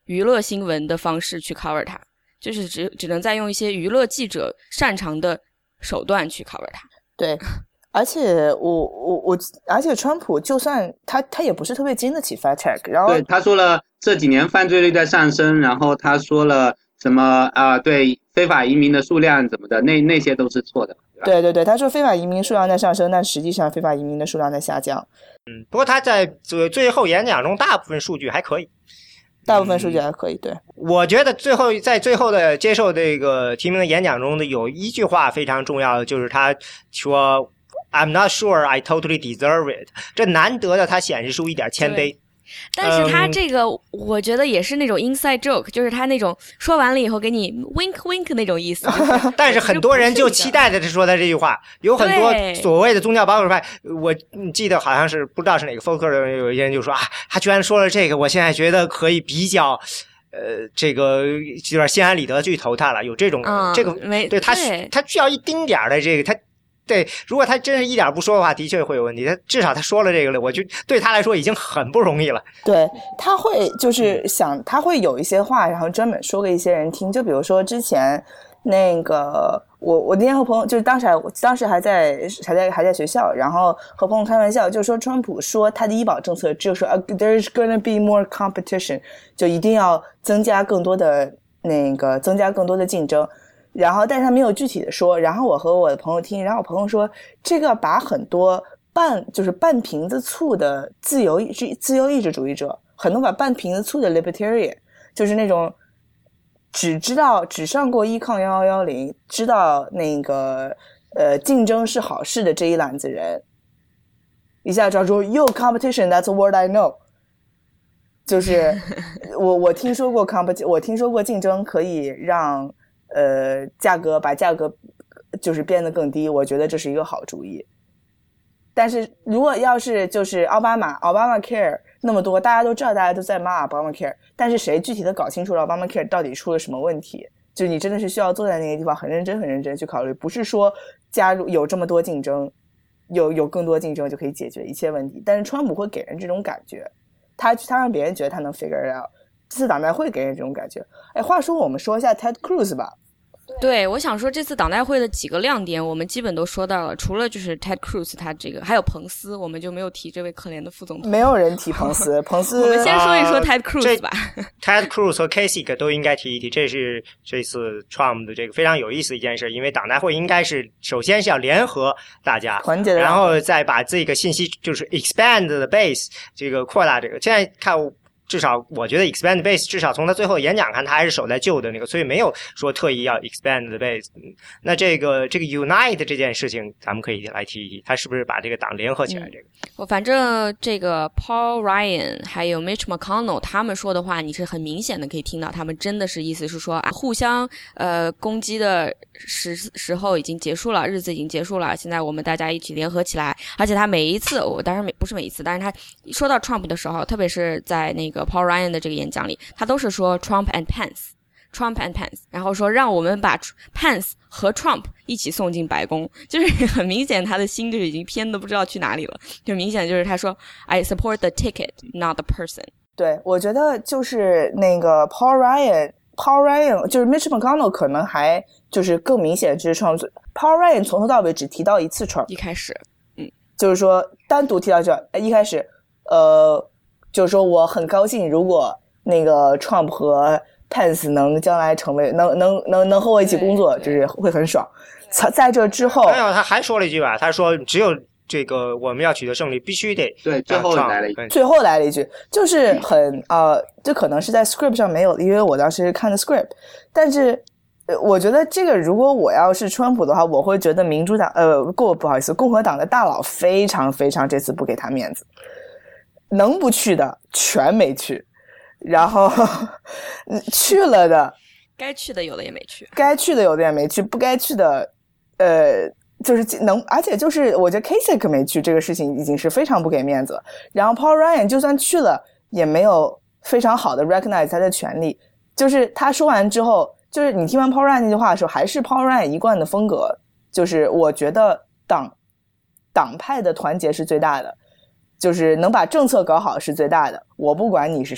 娱乐新闻的方式去 cover 它，就是只能再用一些娱乐记者擅长的手段去 cover 它。 对，而且而且川普就算他也不是特别经得起 fact check， 然后对他说了这几年犯罪率在上升，然后他说了什么对非法移民的数量怎么的，那些都是错的。 对对对，他说非法移民数量在上升，但实际上非法移民的数量在下降。 不过他在最后演讲中大部分数据还可以。 大部分数据还可以，对。 我觉得在最后的接受这个提名的演讲中的有一句话非常重要的，就是他说 I'm not sure I totally deserve it， 这难得的他显示出一点谦卑。 但是他这个我觉得也是那种 inside joke， 就是他那种说完了以后给你 wink wink 那种意思。 但是很多人就期待着说他这句话，有很多所谓的宗教保守派，我记得好像是不知道是哪个 folk 的有一些人就说他居然说了这个，我现在觉得可以比较这个有点心安理得去投他了，有这种这个对他需要一丁点的这个他。对，如果他真是一点不说的话，的确会有问题。至少他说了这个了，我就对他来说已经很不容易了。 对，他会就是他会有一些话，然后专门说给一些人听。就比如说之前那个我那天和朋友，就是当时还在学校，然后和朋友开玩笑，就是说川普说他的医保政策只有说there's gonna be more competition， 就一定要增加更多的竞争。然后但是他没有具体的说，然后我和我的朋友听，然后我朋友说这个把很多半瓶子醋的自由意志主义者，很多把半瓶子醋的 libertarian， 就是那种只上过1抗1110，知道那个竞争是好事的这一揽子人，一下抓住 Yo competition that's a word I know， 就是我听说过竞争可以让把价格就是变得更低，我觉得这是一个好主意。但是如果要是就是奥巴马 Care 那么多，大家都知道，大家都在骂 Obamacare， 但是谁具体的搞清楚了 Obamacare 到底出了什么问题，就你真的是需要坐在那个地方很认真去考虑，不是说加入有这么多竞争，有更多竞争就可以解决一切问题。但是川普会给人这种感觉，他让别人觉得他能 figure it out， 这次党代会给人这种感觉。话说我们说一下 Ted Cruz 吧。 对，我想说这次党代会的几个亮点我们基本都说到了，除了就是 Ted Cruz 他这个，还有彭斯，我们就没有提这位可怜的副总统。 没有人提彭斯我们先说一说 Ted Cruz 吧。 Ted Cruz 和 Kasich 都应该提一提，这是这次 Trump 的这个非常有意思的一件事，因为党代会应该是首先是要联合大家， 团结， 然后再把这个信息就是 expand the base， 这个扩大这个。现在看至少我觉得 expand the base 至少从他最后演讲看，他还是守在旧的那个，所以没有说特意要 expand the base。那这个 unite 这件事情，咱们可以来提一提，他是不是把这个党联合起来？这个我反正这个 Paul Ryan 还有 Mitch McConnell 他们说的话，你是很明显的可以听到，他们真的是意思是说互相攻击的时候已经结束了，日子已经结束了，现在我们大家一起联合起来。而且他每一次，当然不是每一次，但是他说到 Trump 的时候，特别是在那个Paul Ryan 的这个演讲里，他都是说 Trump and Pence， 然后说让我们把 Pence 和 Trump 一起送进白宫，就是很明显他的心就是已经偏的不知道去哪里了，就明显就是他说 I support the ticket not the person。 对，我觉得就是那个 Paul Ryan 就是 Mitch McConnell 可能还就是更明显支持 Trump。Paul Ryan 从头到尾只提到一次 Trump， 一开始就是说单独提到这一开始就是说我很高兴如果那个 Trump 和 Pence 能将来成为能和我一起工作，就是会很爽。在这之后没有，他还说了一句吧，他说只有这个我们要取得胜利必须得对，最后来了一句就是很这可能是在 script 上没有，因为我当时看的 script， 但是我觉得这个如果我要是川普的话，我会觉得民主党不好意思，共和党的大佬非常非常这次不给他面子，能不去的全没去，然后去了的该去的有的也没去， 不该去的就是而且就是我觉得 Kasich 没去这个事情已经是非常不给面子了，然后 Paul Ryan 就算去了也没有非常好的 recognize 他的权利，就是他说完之后，就是你听完 Paul Ryan 那句话的时候，还是 Paul Ryan 一贯的风格，就是我觉得党派的团结是最大的，就是能把政策搞好是最大的，我不管你是谁，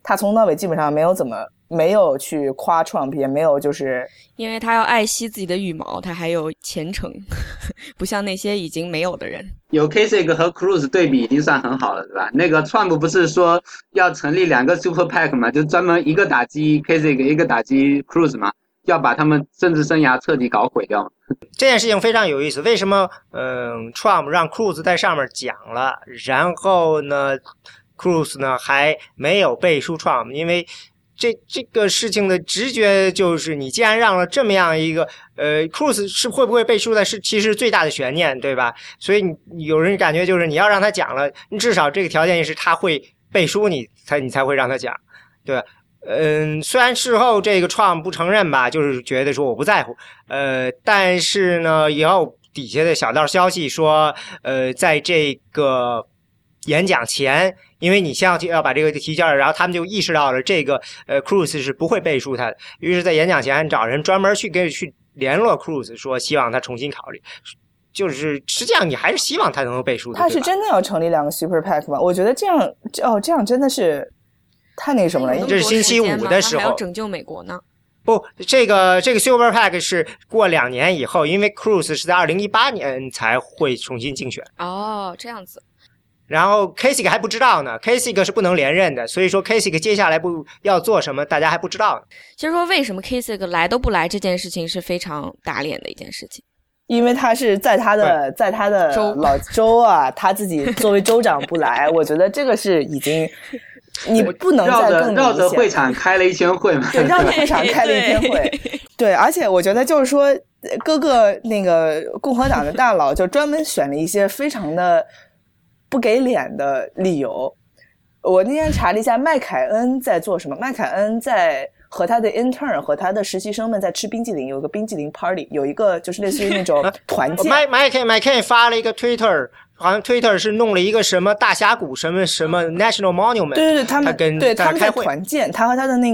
他从头到尾基本上没有去夸 Trump， 也没有就是因为他要爱惜自己的羽毛，他还有前程，不像那些已经没有的人。 有 Kasich 和 Cruz 对比已经算很好了，对吧？那个 Trump 不是说要成立2个 Super PAC 嘛，就专门一个打击 Kasich， 一个打击 Cruz 嘛，要把他们政治生涯彻底搞毁掉。 这件事情非常有意思，为什么Trump 让 Cruz 在上面讲了，然后呢 Cruz 呢还没有背书 Trump， 因为这个事情的直觉就是你既然让了这么样一个Cruz 是会不会背书的是其实最大的悬念，对吧？所以有人感觉就是你要让他讲了，你至少这个条件是他会背书，你才会让他讲，对吧？虽然事后这个 Trump 不承认吧，就是觉得说我不在乎，但是呢，以后底下的小道消息说，在这个演讲前，因为你先要把这个提交了，然后他们就意识到了这个Cruz 是不会背书他的，于是，在演讲前找人专门去联络 Cruz， 说希望他重新考虑。就是实际上你还是希望他能够背书的。 他是真的要成立2个 Super PAC 吗？我觉得这样真的是太那什么了。 这是星期5的时候， 还要拯救美国呢。 不，这个 Super PAC 是过2年以后，因为 Cruz 是在2018年才会重新竞选。 哦，这样子。 然后 Kasich 还不知道呢 ，Kasich 是不能连任的，所以说 Kasich 接下来要做什么，大家还不知道呢。 其实说为什么 Kasich 来都不来这件事情是非常打脸的一件事情， 因为他是在他的老州啊，他自己作为州长不来，我觉得这个是已经你不能再更明显。 绕着会场开了一圈会嘛？ 对，绕着会场开了一天会。对，而且我觉得就是说，各个那个共和党的大佬就专门选了一些非常的不给脸的理由。我那天查了一下麦凯恩在做什么，麦凯恩在和他的 intern 和他的实习生们在吃冰激凌，有个冰激凌 party， 有一个就是类似于那种团建。 McCain 发了一个 Twitter， 好像 Twitter 是弄了一个什么大峡谷什么 National Monument。 对对对，他们在开会团建，他和他的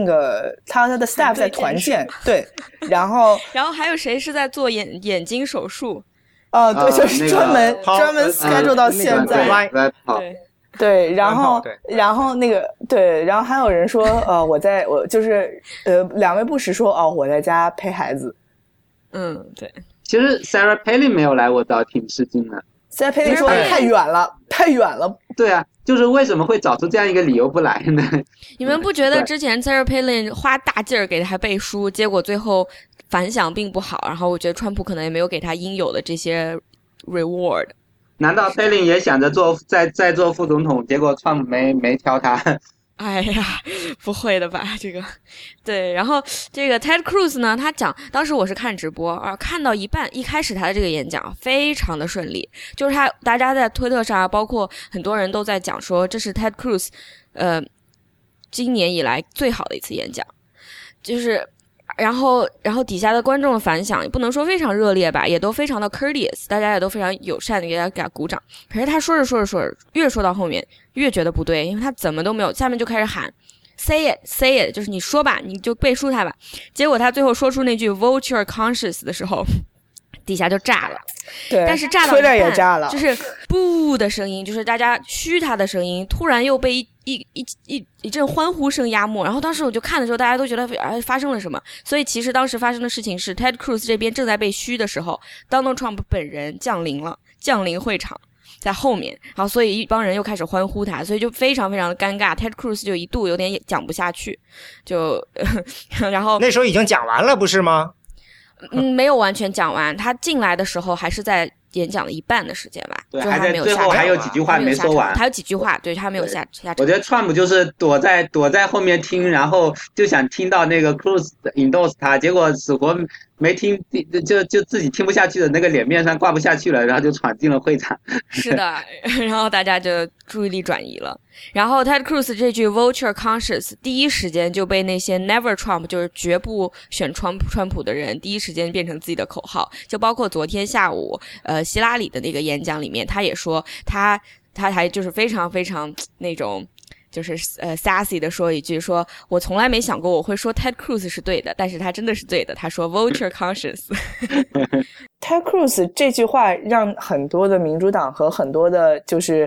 staff 在团建，对，然后还有谁是在做眼睛手术？ 对，就是专门 schedule 到现在。对，然后那个对，然后还有人说我就是2位不时说我在家陪孩子。 对。 其实 Sarah Palin 没有来，我倒挺吃惊的。 Sarah Palin 说太远了。对啊，就是为什么会找出这样一个理由不来呢？ 你们不觉得之前 Sarah Palin 花大劲儿给他背书，结果最后反响并不好，然后我觉得川普可能也没有给他应有的这些 reward。难道 Palin 也想着再做副总统，结果川普没挑他？ 哎呀，不会的吧？这个，对。然后这个 Ted Cruz 呢，他讲，当时我是看直播看到一半，一开始他的这个演讲非常的顺利，就是大家在推特上，包括很多人都在讲说，这是 Ted Cruz，今年以来最好的一次演讲，就是。然后底下的观众的反响也不能说非常热烈吧，也都非常的 courteous， 大家也都非常友善的给他鼓掌。可是他说着越说到后面越觉得不对，因为他怎么都没有，下面就开始喊 say it， 就是你说吧，你就背书他吧。结果他最后说出那句 vote your conscience 的时候，底下就炸了。 对， 但是炸到一半也炸了， 就是不的声音，就是大家嘘他的声音，突然又被一阵欢呼声压没。然后当时我就看的时候，大家都觉得发生了什么。所以其实当时发生的事情是 Ted Cruz 这边正在被嘘的时候 ，Donald Trump 本人降临会场。在后面，然后所以一帮人又开始欢呼他，所以就非常非常的尴尬。Ted Cruz 就一度有点讲不下去，然后那时候已经讲完了，不是吗？ 没有完全讲完，他进来的时候还是在演讲了一半的时间吧， 对， 还在最后还有几句话没说完， 还有几句话，对，他没有下场。 我觉得 Trump 就是躲在后面听，然后就想听到那个 Cruz endorse 他，结果死活没听，就自己听不下去的那个脸面上挂不下去了，然后就闯进了会场。 是的，然后大家就注意力转移了。然后 Ted Cruz 这句 vote your conscience 第一时间就被那些 never Trump 就是绝不选川普的人第一时间变成自己的口号，就包括昨天下午希拉里的那个演讲里面，他也说他还就是非常非常那种就是sassy 的说一句，说我从来没想过我会说 Ted Cruz 是对的，但是他真的是对的，他说 vote your conscience。 Ted Cruz 这句话让很多的民主党和很多的就是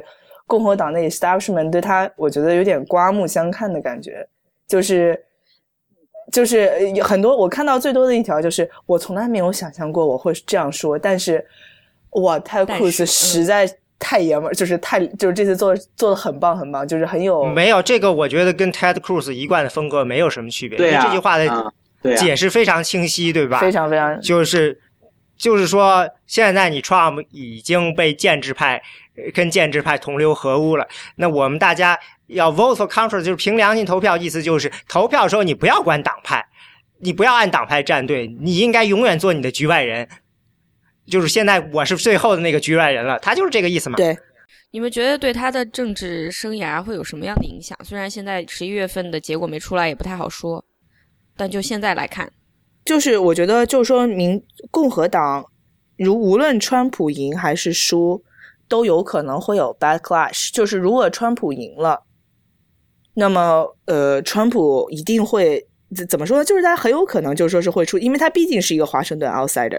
共和党的 establishment 对他我觉得有点刮目相看的感觉，就是很多我看到最多的一条就是我从来没有想象过我会这样说，但是哇Ted Cruz实在太爷们儿，就是这次做的很棒很棒，就是很有没有这个我觉得跟 Ted Cruz 一贯的风格没有什么区别， 对啊， 这句话的解释非常清晰，对吧？ 非常非常就是说现在你 Trump 已经被跟建制派同流合污了，那我们大家要 vote for control， 就是凭良心投票，意思就是投票的时候你不要管党派，你不要按党派站队，你应该永远做你的局外人，就是现在我是最后的那个局外人了，他就是这个意思嘛。 对， 你们觉得对他的政治生涯会有什么样的影响？虽然现在11月份的结果没出来，也不太好说，但就现在来看， 就是我觉得就是说共和党无论川普赢还是输都有可能会有 backlash， 就是如果川普赢了，那么川普一定会怎么说呢，就是他很有可能就是说是会出，因为他毕竟是一个华盛顿 outsider，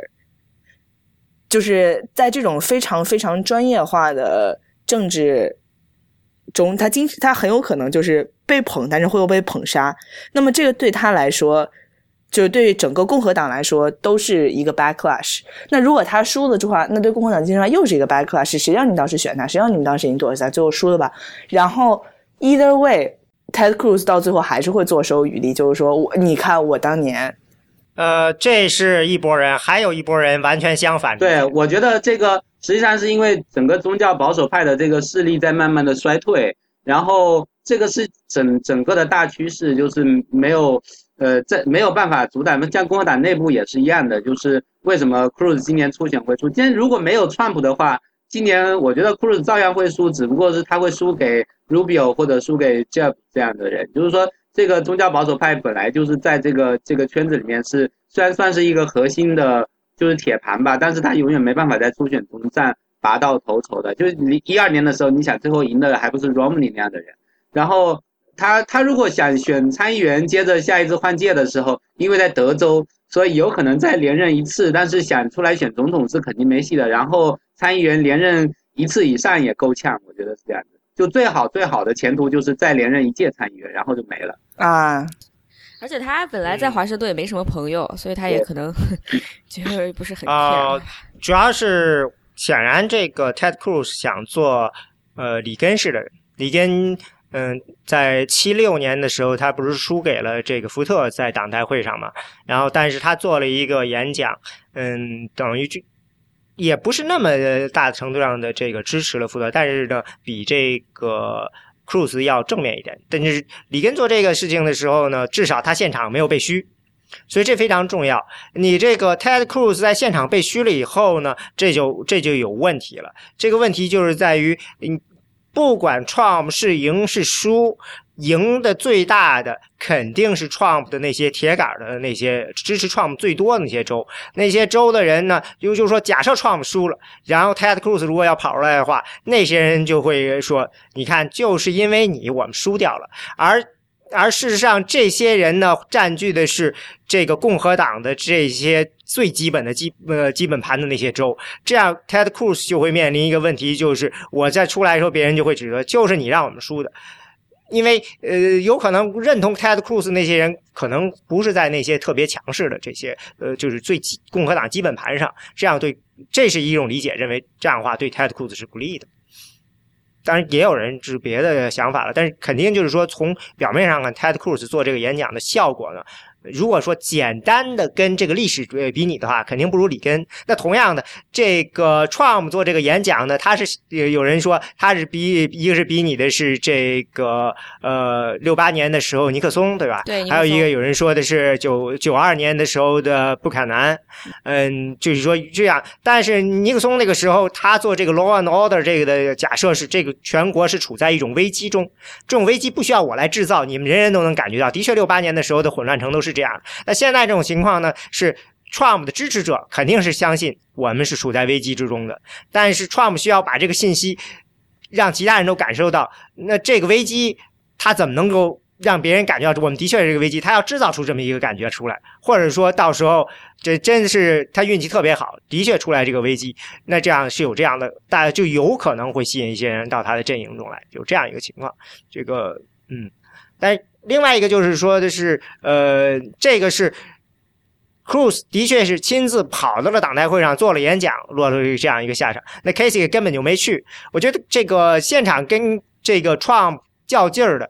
就是在这种非常非常专业化的政治中，他很有可能就是被捧，但是会被捧杀，那么这个对他来说，就是对整个共和党来说都是一个 backlash。 那如果他输了的话，那对共和党经常又是一个 backlash， 谁让你当时选他，谁让你们当时赢多少，最后输了吧。然后 either way Ted Cruz 到最后还是会坐收渔利，就是说你看我当年这是一拨人，还有一拨人完全相反。 对，我觉得这个实际上是因为整个宗教保守派的这个势力在慢慢的衰退，然后这个是整个的大趋势，就是没有办法阻挡。像共和党内部也是一样的，就是为什么 Cruz 今年初选会输？今天如果没有 Trump 的话，今年我觉得 Cruz 照样会输，只不过是他会输给 Rubio 或者输给 Jeb 这样的人。就是说，这个宗教保守派本来就是在这个圈子里面是虽然算是一个核心的，就是铁盘吧，但是他永远没办法在初选中拔到头筹的。就是12年的时候，你想最后赢的还不是 Romney 那样的人，然后。他如果想选参议员，接着下一次换届的时候，因为在德州，所以有可能再连任一次，但是想出来选总统是肯定没戏的。然后参议员连任一次以上也够呛，我觉得是这样的。就最好的前途就是再连任一届参议员，然后就没了啊。 而且他本来在华盛顿也没什么朋友，所以他也可能就不是很 care。 主要是显然这个 Ted Cruz 想做里根式的人，里根。在76年的时候，他不是输给了这个福特在党代会上嘛？然后，但是他做了一个演讲，等于也不是那么大程度上的这个支持了福特，但是呢，比这个 Cruz 要正面一点。但是里根做这个事情的时候呢，至少他现场没有被嘘，所以这非常重要。你这个 Ted Cruz 在现场被嘘了以后呢，这就有问题了。这个问题就是在于不管 Trump 是赢是输，赢的最大的肯定是 Trump 的那些铁杆的那些支持 Trump 最多的那些州，那些州的人呢，就是说假设 Trump 输了，然后 Ted Cruz 如果要跑出来的话，那些人就会说，你看就是因为你我们输掉了，而事实上这些人呢占据的是这个共和党的这些最基本的基本盘的那些州，这样 Ted Cruz 就会面临一个问题，就是我再出来的时候别人就会指责就是你让我们输的。因为有可能认同 Ted Cruz 那些人可能不是在那些特别强势的这些就是共和党基本盘上，这是一种理解，认为这样的话对 Ted Cruz 是不利的。当然也有人是别的想法了，但是肯定就是说从表面上看 Ted Cruz 做这个演讲的效果呢，如果说简单的跟这个历史比拟的话，肯定不如里根。那同样的，这个 Trump 做这个演讲呢，他是有人说他是一个是比拟的是这个68年的时候尼克松，对吧？ 对。 还有一个有人说的是92年的时候的布坎南，就是说这样。但是尼克松那个时候他做这个 law and order 这个的假设是这个全国是处在一种危机中，这种危机不需要我来制造，你们人人都能感觉到。的确68年的时候的混乱程度是这样。那现在这种情况呢，是 Trump 的支持者肯定是相信我们是处在危机之中的，但是 Trump 需要把这个信息让其他人都感受到，那这个危机他怎么能够让别人感觉到我们的确是这个危机，他要制造出这么一个感觉出来，或者说到时候这真是他运气特别好，的确出来这个危机，那这样是有这样的，大家就有可能会吸引一些人到他的阵营中来，有这样一个情况。这个但另外一个就是说的是这个是 Cruz 的确是亲自跑到了党代会上做了演讲，落了这样一个下场。那 Kasich 根本就没去。我觉得这个现场跟这个 Trump 较劲儿的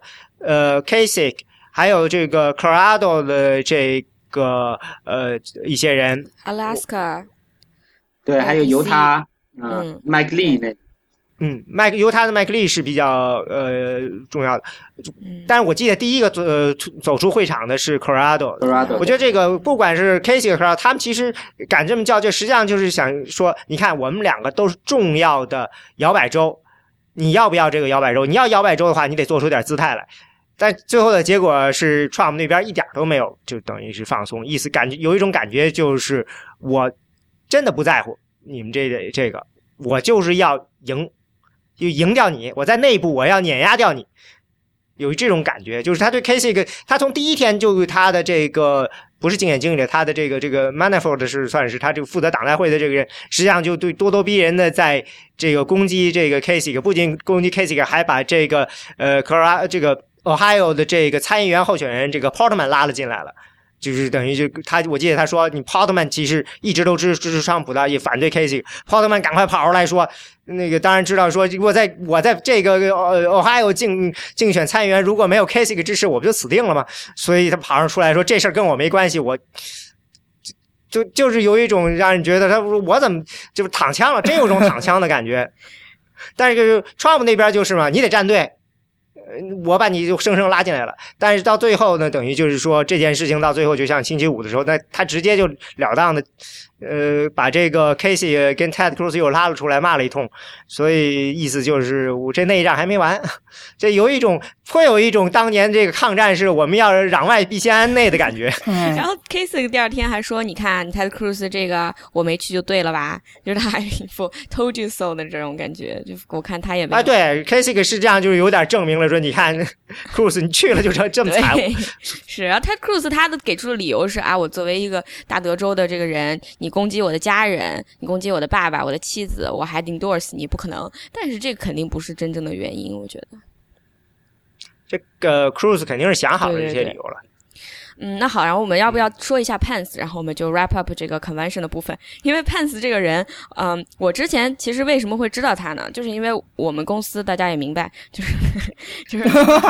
Kasich 还有这个 Colorado 的这个一些人 Alaska 对，还有犹他Mike Lee 那犹他的麦克利是比较重要的，但是我记得第一个走出会场的是 Colorado。我觉得这个不管是 Kasich 和 Colorado， 他们其实敢这么较劲，实际上就是想说，你看我们两个都是重要的摇摆州，你要不要这个摇摆州？你要摇摆州的话，你得做出点姿态来。但最后的结果是 Trump 那边一点都没有，就等于是放松，意思感觉有一种感觉就是我真的不在乎你们这个，我就是要赢。就赢掉你，我在内部我要碾压掉你，有这种感觉。就是他对 Kasich， 他从第一天就他的这个不是竞选经理，他的这个 Manafort 是算是他这个负责党代会的这个人，实际上就对咄咄逼人的在这个攻击这个 Kasich， 不仅攻击 Kasich， 还把这个这个 Ohio 的这个参议员候选人这个 Portman 拉了进来了。就是等于我记得他说，你 Portman 其实一直都支持川普的，也反对 Kasich。Portman 赶快跑出来说，那个当然知道说，我在这个Ohio 竞选参议员，如果没有 Kasich 支持，我不就死定了吗？所以他跑出来说，这事儿跟我没关系，我就是有一种让人觉得我怎么就是躺枪了，真有种躺枪的感觉。但是 Trump 那边就是嘛，你得站队。我把你就生生拉进来了，但是到最后呢，等于就是说这件事情到最后就像星期五的时候，那他直接就了当的，把这个 Kasich 跟 Ted Cruz 又拉了出来骂了一通，所以意思就是我这内战还没完，这会有一种当年这个抗战是我们要攘外必先安内的感觉。 然后 Kasich 第二天还说，你看 Ted Cruz 这个我没去就对了吧，就是他还一副 told you so 的这种感觉，就我看他也没对 Kasich 是这样，就是有点证明了说，你看 Cruz 你去了就这么惨。 是，然后 Ted Cruz 他的给出的理由是我作为一个大德州的这个人，你攻击我的家人，你攻击我的爸爸，我的妻子，我还 endorse 你，不可能。但是这个肯定不是真正的原因，我觉得。 这个 Cruz 肯定是想好了这些理由了。 那好，然后我们要不要说一下 Pence， 然后我们就 wrap up 这个 convention 的部分。因为 Pence 这个人，我之前其实为什么会知道他呢？就是因为我们公司大家也明白，就是很多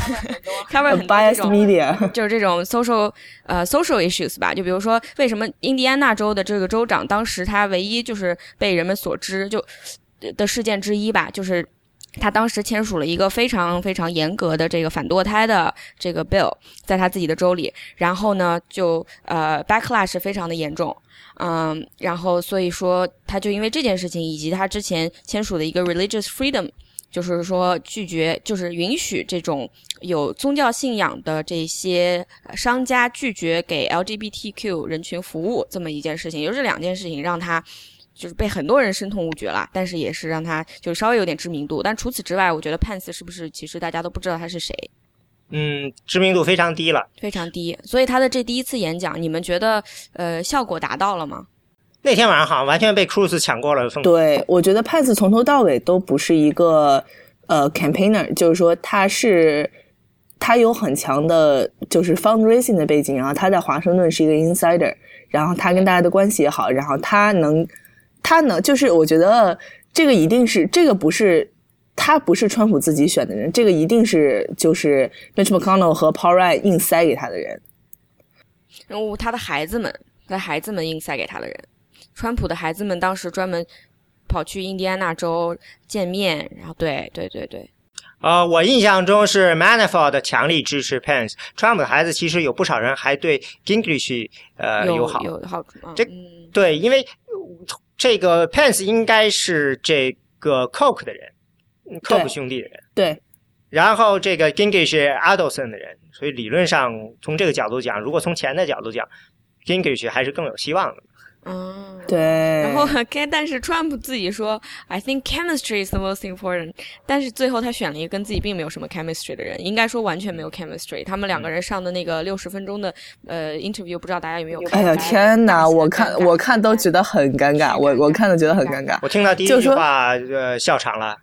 cover 很多这种 media， 就是这种 social issues 吧。就比如说，为什么印第安纳州的这个州长当时他唯一就是被人们所知的事件之一吧，就是他当时签署了一个非常非常严格的这个反堕胎的这个 bill， 在他自己的州里，然后呢就backlash 非常的严重，然后所以说他就因为这件事情以及他之前签署的一个 religious freedom， 就是说拒绝，就是允许这种有宗教信仰的这些商家拒绝给 LGBTQ 人群服务这么一件事情，也就是这两件事情让他就是被很多人深痛恶绝了，但是也是让他就稍微有点知名度。但除此之外，我觉得 Pence 是不是其实大家都不知道他是谁？ 知名度非常低了， 非常低。所以他的这第一次演讲，你们觉得效果达到了吗？ 那天晚上好像完全被 Cruz 抢过了风。 对，我觉得 Pence 从头到尾都不是一个campaigner， 就是说他有很强的就是 fundraising 的背景，然后他在华盛顿是一个 insider， 然后他跟大家的关系也好，然后他能就是我觉得这个一定是他不是川普自己选的人，这个一定是就是 Mitch McConnell 和 Paul Ryan 硬塞给他的人， 然后他的孩子们硬塞给他的人，川普的孩子们当时专门跑去印第安纳州见面，然后对。 我印象中是 Manafort 强力支持 Pence， 川普的孩子其实有不少人还对 Gingrich 友好。 有好处。 对，因为这个 Pence 应该是这个 Koch 的人，Koch 兄弟的人。 对。 然后这个 Gingrich 是 Adelson 的人，所以理论上从这个角度讲，如果从钱的角度讲 ，Gingrich 还是更有希望的。 对。 然后但是 Trump 自己说 I think chemistry is the most important， 但是最后他选了一个跟自己并没有什么 chemistry 的人，应该说完全没有 chemistry。他们两个人上的那个60分钟的interview， 不知道大家有没有看？ 哎呀天哪，我看都觉得很尴尬，我看都觉得很尴尬。 我听到第一句话笑场了。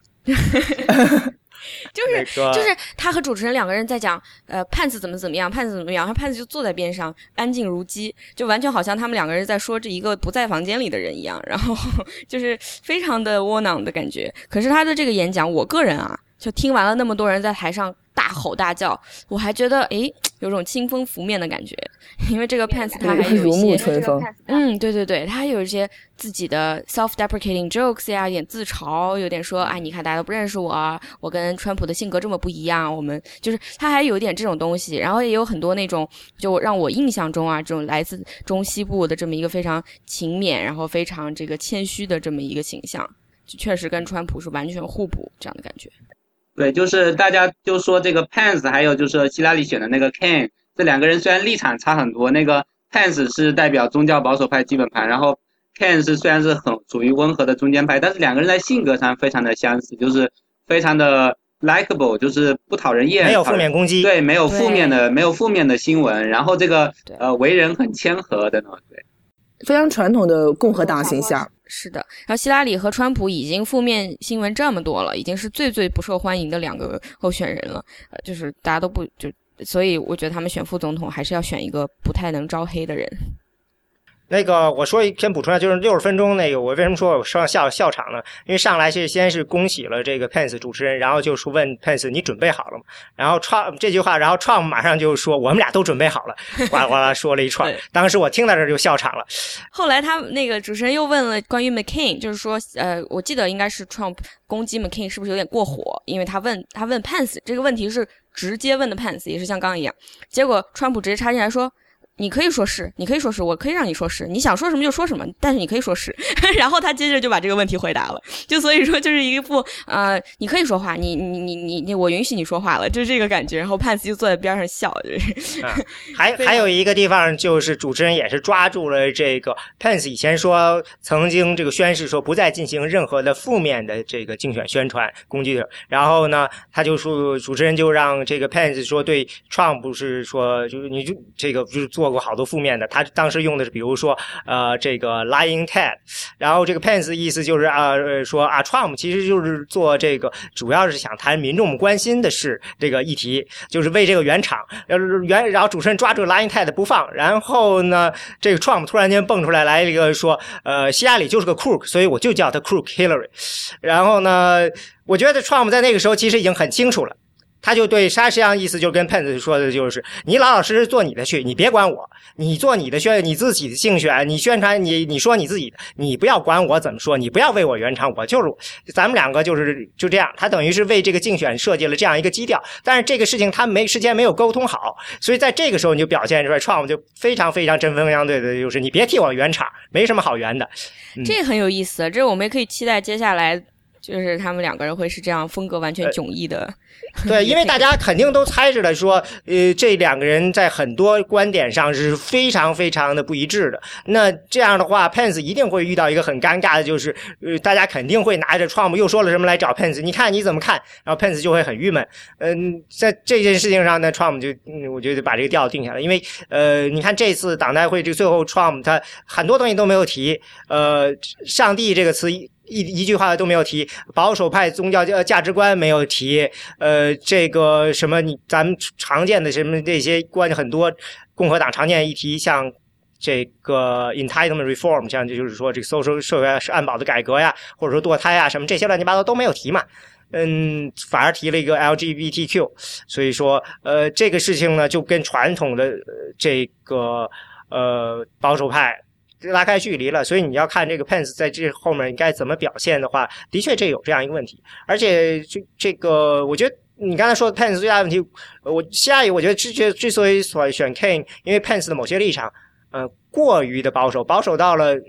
就是他和主持人两个人在讲判词怎么样，判词怎么样，他判词就坐在边上安静如鸡，就完全好像他们两个人在说这一个不在房间里的人一样，然后就是非常的窝囊的感觉。可是他的这个演讲，我个人啊就听完了那么多人在台上大吼大叫，我还觉得有种清风拂面的感觉，因为这个 Pence 他还有一些如沐春风。 对，他还有一些自己的 self-deprecating jokes 呀，有点自嘲，有点说你看大家都不认识我，我跟川普的性格这么不一样，我们就是他还有一点这种东西，然后也有很多那种就让我印象中这种来自中西部的这么一个非常勤勉，然后非常这个谦虚的这么一个形象，就确实跟川普是完全互补这样的感觉。 对，就是大家就说这个 Pence 还有就是希拉里选的那个 Ken， 这两个人虽然立场差很多，那个 Pence 是代表宗教保守派基本盘，然后 Ken 虽然是很属于温和的中间派，但是两个人在性格上非常的相似，就是非常的 likable， 就是不讨人厌， 没有负面攻击， 对，没有负面的新闻，然后这个为人很谦和的呢，对， 非常传统的共和党形象。 是的，然后希拉里和川普已经负面新闻这么多了，已经是最不受欢迎的两个候选人了，就是大家都不所以我觉得他们选副总统还是要选一个不太能招黑的人。 那个我说先补充一下，就是60分钟那个，我为什么说我上笑场呢？因为上来先是恭喜了这个 Pence 主持人，然后就是问 Pence 你准备好了吗？然后 Trump 这句话，然后 Trump 马上就说我们俩都准备好了，呱啦呱啦说了一串。当时我听到这就笑场了。 后来他那个主持人又问了关于 McCain， 就是说我记得应该是 Trump 攻击 McCain 是不是有点过火，因为他问 Pence 这个问题是直接问的 Pence， 也是像刚刚一样，结果川普直接插进来说你可以说是，你可以说是，我可以让你说是，你想说什么就说什么，但是你可以说是。然后他接着就把这个问题回答了，就所以说就是一副你可以说话，你我允许你说话了，就是这个感觉。然后潘斯就坐在边上笑，就是。 还有一个地方就是主持人也是抓住了这个 Pence 以前说曾经这个宣誓说不再进行任何的负面的这个竞选宣传攻击者，然后呢他就说主持人就让这个 Pence 说对 Trump 是说就是你就这个就是做过好多负面的，他当时用的是比如说这个 lying Ted， 然后这个 Pence 意思就是说Trump 其实就是做这个主要是想谈民众关心的是这个议题，就是为这个圆场，然后主持人抓住 lying Ted 不放，然后呢这个 Trump 突然间蹦出来一个说希拉里就是个 crook， 所以我就叫他 crook Hillary。 然后呢我觉得 Trump 在那个时候其实已经很清楚了，他就对他实际上意思就跟 Pence 说的就是你老老实实做你的去，你别管我，你做你的你自己的竞选，你宣传你说你自己的，你不要管我怎么说，你不要为我圆场，我就是咱们两个就这样。他等于是为这个竞选设计了这样一个基调，但是这个事情他事先没有沟通好，所以在这个时候你就表现出来 Trump 就非常非常针锋相对的，就是你别替我圆场，没什么好圆的。 这很有意思，这我们也可以期待接下来就是他们两个人会是这样风格完全迥异的。 对，因为大家肯定都猜着了说这两个人在很多观点上是非常非常的不一致的，那这样的话 Pence 一定会遇到一个很尴尬的，就是大家肯定会拿着 Trump 又说了什么来找 Pence， 你看你怎么看，然后 Pence 就会很郁闷。在这件事情上呢 Trump 就我觉得把这个调定下来，因为你看这次党代会这最后 Trump 他很多东西都没有提，上帝这个词一句话都没有提，保守派宗教价值观没有提，这个什么咱们常见的什么这些关于很多共和党常见的议题，像这个 entitlement reform， 像就是说这个社会安保的改革呀，或者说堕胎啊什么这些乱七八糟都没有提嘛。反而提了一个 LGBTQ， 所以说这个事情呢就跟传统的这个保守派拉开距离了，所以你要看这个 Pence 在这后面应该怎么表现的话，的确这有这样一个问题。而且这个我觉得你刚才说的 Pence 最大的问题，下一个我觉得之所以选 Kane， 因为 Pence 的某些立场过于的保守到了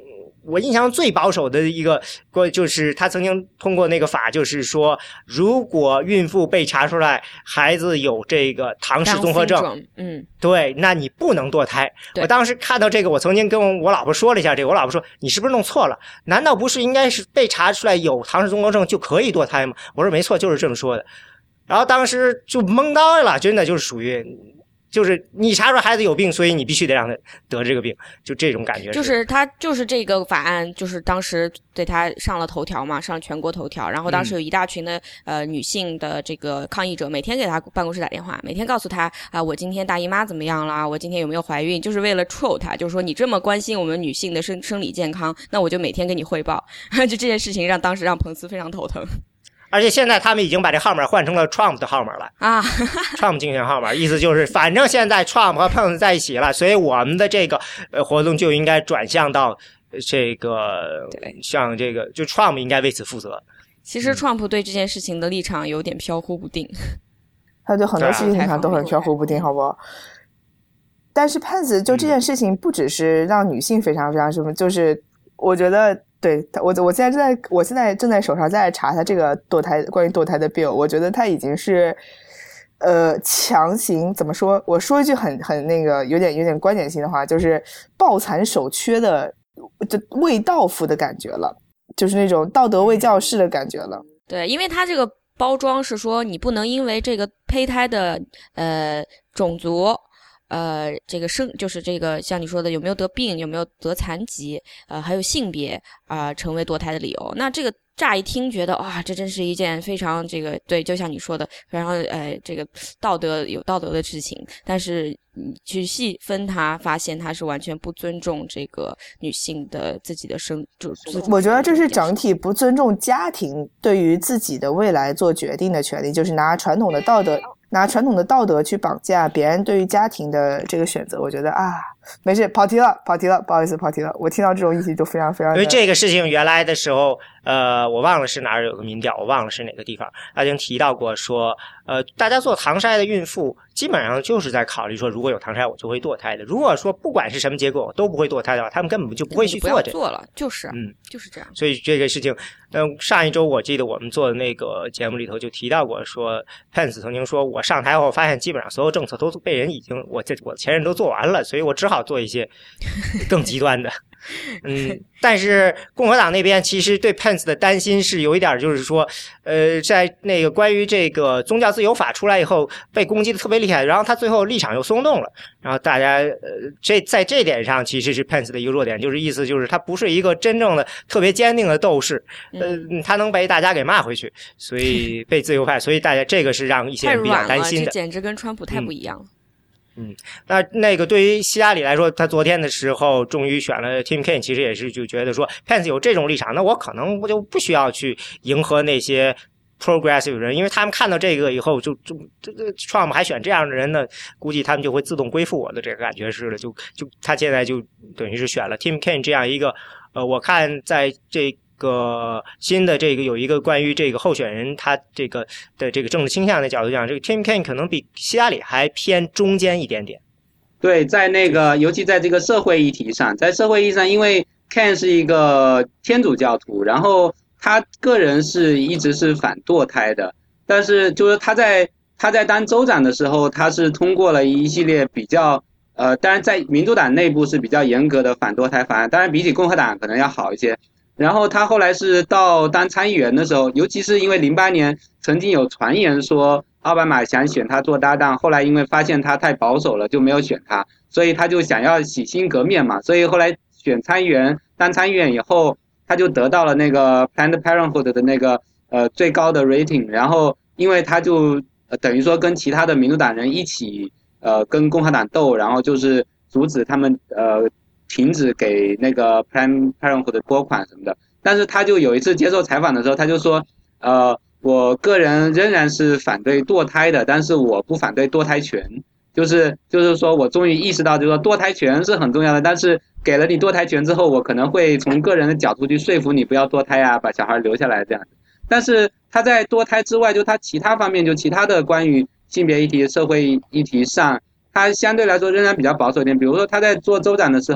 我印象最保守的一个，就是他曾经通过那个法，就是说，如果孕妇被查出来孩子有这个唐氏综合症，对，那你不能堕胎。我当时看到这个，我曾经跟我老婆说了一下这个，我老婆说你是不是弄错了？难道不是应该是被查出来有唐氏综合症就可以堕胎吗？我说没错，就是这么说的。然后当时就懵呆了，真的就是属于。就是你查出孩子有病，所以你必须得让他得这个病，就这种感觉。 就是他就是这个法案，就是当时对他上了头条嘛，上了全国头条。然后当时有一大群的女性的这个抗议者，每天给他办公室打电话，每天告诉他我今天大姨妈怎么样啦，我今天有没有怀孕，就是为了 troll 他，就是说你这么关心我们女性的生理健康，那我就每天跟你汇报。就这件事情当时让彭斯非常头疼。 而且现在他们已经把这号码换成了 Trump 的号码了啊，Trump 竞选号码，意思就是反正现在 Trump 和 Pence 在一起了，所以我们的这个活动就应该转向到这个像这个就 Trump 应该为此负责。 其实 Trump 对这件事情的立场有点飘忽不定， 他对很多事情上都很飘忽不定，好不好？但是 Pence 就这件事情不只是让女性非常非常什么，就是我觉得。对我现在正在手上在查他这个关于堕胎的 bill， 我觉得他已经是强行怎么说？我说一句很那个有点观点性的话，就是抱残守缺的卫道夫的感觉了，就是那种道德卫教士的感觉了。 对，因为他这个包装是说你不能因为这个胚胎的种族。这个就是这个像你说的有没有得病，有没有得残疾，还有性别成为堕胎的理由。那这个乍一听觉得哇，这真是一件非常这个对，就像你说的非常这个有道德的事情。但是你去细分它，发现它是完全不尊重这个女性的自己的我觉得这是整体不尊重家庭对于自己的未来做决定的权利，就是拿传统的道德去绑架别人对于家庭的这个选择。我觉得没事，跑题了，不好意思，跑题了。我听到这种议题就非常非常因为这个事情原来的时候我忘了是哪儿有个民调，我忘了是哪个地方，他已经提到过说大家做唐筛的孕妇基本上就是在考虑说，如果有唐筛我就会堕胎的，如果说不管是什么结果都不会堕胎的话，他们根本就不会去做这个， 不要做了，就是就是这样。 所以这个事情上一周我记得我们做的那个节目里头就提到过，说 Pence 曾经说我上台后发现基本上所有政策都被人已经我前任都做完了，所以我只好做一些更极端的但是共和党那边其实对 Pence 的担心是有一点，就是说在那个关于这个宗教自由法出来以后被攻击的特别厉害，然后他最后立场又松动了，然后大家在这点上其实是 Pence 的一个弱点，就是意思就是他不是一个真正的特别坚定的斗士，他能被大家给骂回去，所以被自由派，所以大家这个是让一些人比较担心的。 这简直跟川普太不一样了。 那个对于希拉里来说，他昨天的时候终于选了 Tim Kaine， 其实也是就觉得说 Pence 有这种立场，那我可能就不需要去迎合那些 progressive 人，因为他们看到这个以后就Trump 还选这样的人呢，估计他们就会自动归附我的这个感觉是了，就他现在就等于是选了 Tim Kaine 这样一个我看在这个新的这个有一个关于这个候选人他这个的这个政治倾向的角度讲，这个 Tim Kaine 可能比希拉里还偏中间一点点。 对，在那个尤其在这个社会议题上，因为 Kaine 是一个天主教徒，然后他个人是一直是反堕胎的，但是就是他在当州长的时候，他是通过了一系列比较当然在民主党内部是比较严格的反堕胎法案，当然比起共和党可能要好一些。然后他后来是到当参议员的时候，尤其是因为08年曾经有传言说奥巴马想选他做搭档，后来因为发现他太保守了就没有选他，所以他就想要洗心革面嘛，所以后来选参议员，当参议员以后他就得到了那个 Planned Parenthood 的那个最高的 rating， 然后因为他就等于说跟其他的民主党人一起跟共和党斗，然后就是阻止他们停止给那个 Planned Parenthood 的拨款什么的，但是他就有一次接受采访的时候，他就说我个人仍然是反对堕胎的，但是我不反对堕胎权，就是说我终于意识到，就是说堕胎权是很重要的，但是给了你堕胎权之后，我可能会从个人的角度去说服你不要堕胎啊，把小孩留下来这样。但是他在堕胎之外，就他其他方面，就其他的关于性别议题、社会议题上，他相对来说仍然比较保守一点。比如说他在做州长的时候，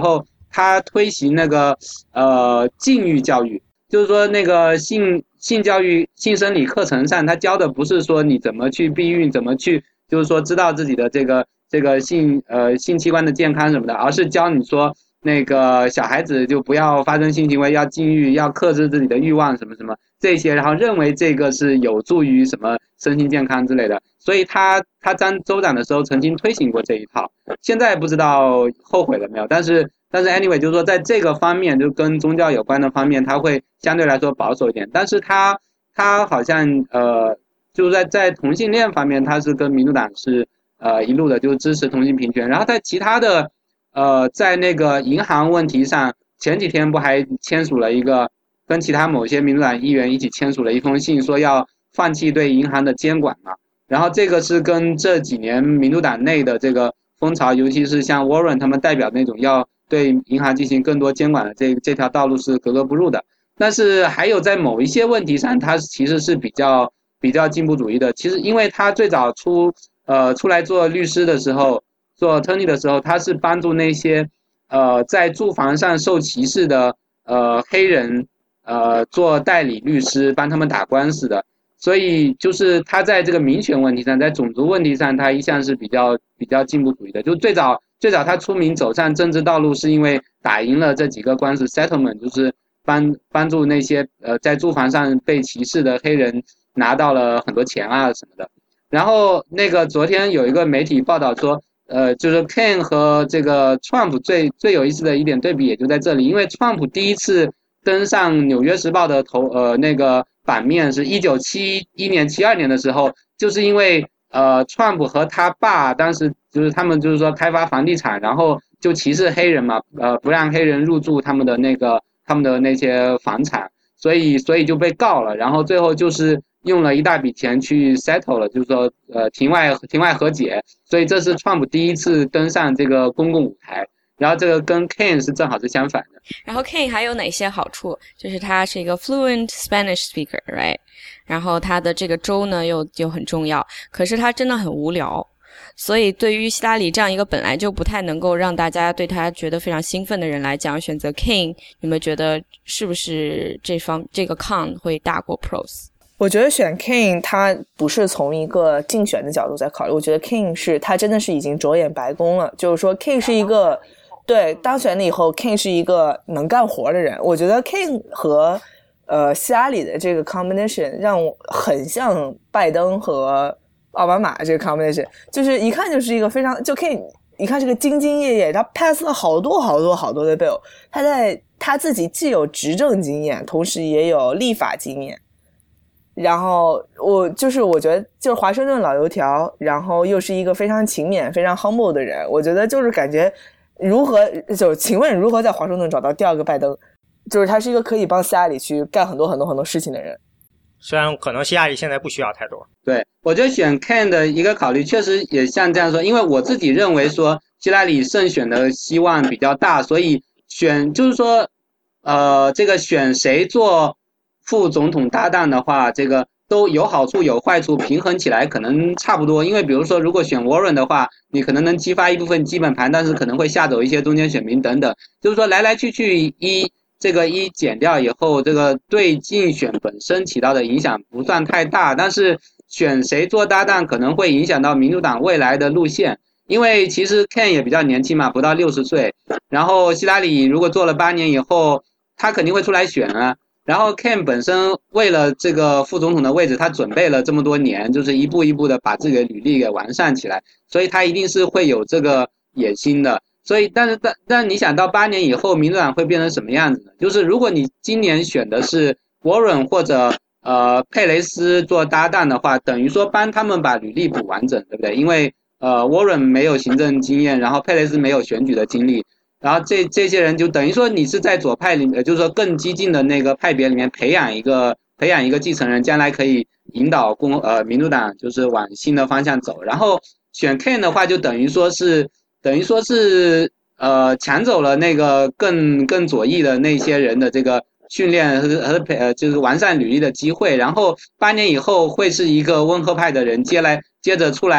他推行那个禁欲教育，就是说那个性教育、性生理课程上，他教的不是说你怎么去避孕，怎么去就是说知道自己的这个性器官的健康什么的，而是教你说那个小孩子就不要发生性行为，要禁欲，要克制自己的欲望什么什么这些，然后认为这个是有助于什么身心健康之类的，所以他当州长的时候曾经推行过这一套，现在不知道后悔了没有，但是 anyway 就是说在这个方面就跟宗教有关的方面他会相对来说保守一点，但是他好像就是在同性恋方面他是跟民主党是一路的就支持同性平权，然后在其他的在那个银行问题上，前几天不还签署了一个跟其他某些民主党议员一起签署了一封信，说要放弃对银行的监管嘛。然后这个是跟这几年民主党内的这个风潮，尤其是像 Warren 他们代表那种要对银行进行更多监管的这条道路是格格不入的。但是还有在某一些问题上，他其实是比较进步主义的。其实因为他最早出来做律师的时候，做 attorney 的时候，他是帮助那些在住房上受歧视的黑人做代理律师，帮他们打官司的。所以就是他在这个民权问题上，在种族问题上，他一向是比较进步主义的。就最早他出名走上政治道路，是因为打赢了这几个官司 settlement， 就是帮助那些在住房上被歧视的黑人拿到了很多钱啊什么的。然后那个昨天有一个媒体报道说，就是 Ken 和这个 Trump 最有意思的一点对比也就在这里，因为 Trump 第一次登上《纽约时报》的那个版面是1971年、72年的时候，就是因为Trump 和他爸当时就是他们就是说开发房地产，然后就歧视黑人嘛，不让黑人入住他们的那些房产，所以就被告了，然后最后就是用了一大笔钱去 settle 了，就是说庭外和解，所以这是 Trump 第一次登上这个公共舞台。然后这个跟 Ken 是正好是相反的。 然后 Ken 还有哪些好处？就是他是一个 fluent Spanish speaker， right？ 然后他的这个州呢又很重要，可是他真的很无聊。所以对于希拉里这样一个本来就不太能够让大家对他觉得非常兴奋的人来讲，选择 Ken， 你们觉得是不是这个 con 会大过 pros？ 我觉得选 King 他不是从一个竞选的角度在考虑，我觉得 King 是他真的是已经着眼白宫了，就是说 King 是一个对当选了以后 King 是一个能干活的人。我觉得 King 和希拉里的这个 combination 让我很像拜登和奥巴马这个 combination， 就是一看就是一个非常就 King 一看是个兢兢业业，他 pass 了好多的 bill， 他自己既有执政经验，同时也有立法经验。然后我觉得就是华盛顿老油条，然后又是一个非常勤勉非常 humble 的人，我觉得就是感觉请问如何在华盛顿找到第二个拜登，就是他是一个可以帮希拉里去干很多事情的人。 虽然可能希拉里现在不需要太多。 对，我觉得选 Ken 的一个考虑确实也像这样说，因为我自己认为说希拉里胜选的希望比较大，所以就是说这个选谁做副总统搭档的话，这个都有好处有坏处，平衡起来可能差不多。因为比如说如果选 Warren 的话，你可能能激发一部分基本盘，但是可能会吓走一些中间选民等等，就是说来来去去一减掉以后，这个对竞选本身起到的影响不算太大，但是选谁做搭档可能会影响到民主党未来的路线。因为其实 Ken 也比较年轻嘛，不到60岁，然后希拉里如果做了8年以后，他肯定会出来选啊。然后 Ken 本身为了这个副总统的位置，他准备了这么多年，就是一步一步的把自己的履历给完善起来，所以他一定是会有这个野心的。所以但你想到8年以后民主党会变成什么样子呢？就是如果你今年选的是 Warren 或者佩雷斯做搭档的话，等于说帮他们把履历补完整，对不对？因为Warren 没有行政经验，然后佩雷斯没有选举的经历，然后这些人就等于说你是在左派里面，就是说更激进的那个派别里面培养一个继承人，将来可以引导民主党就是往新的方向走。然后选 Ken 的话，就等于说是抢走了那个更左翼的那些人的这个训练和就是完善履历的机会。然后8年以后会是一个温和派的人接着出来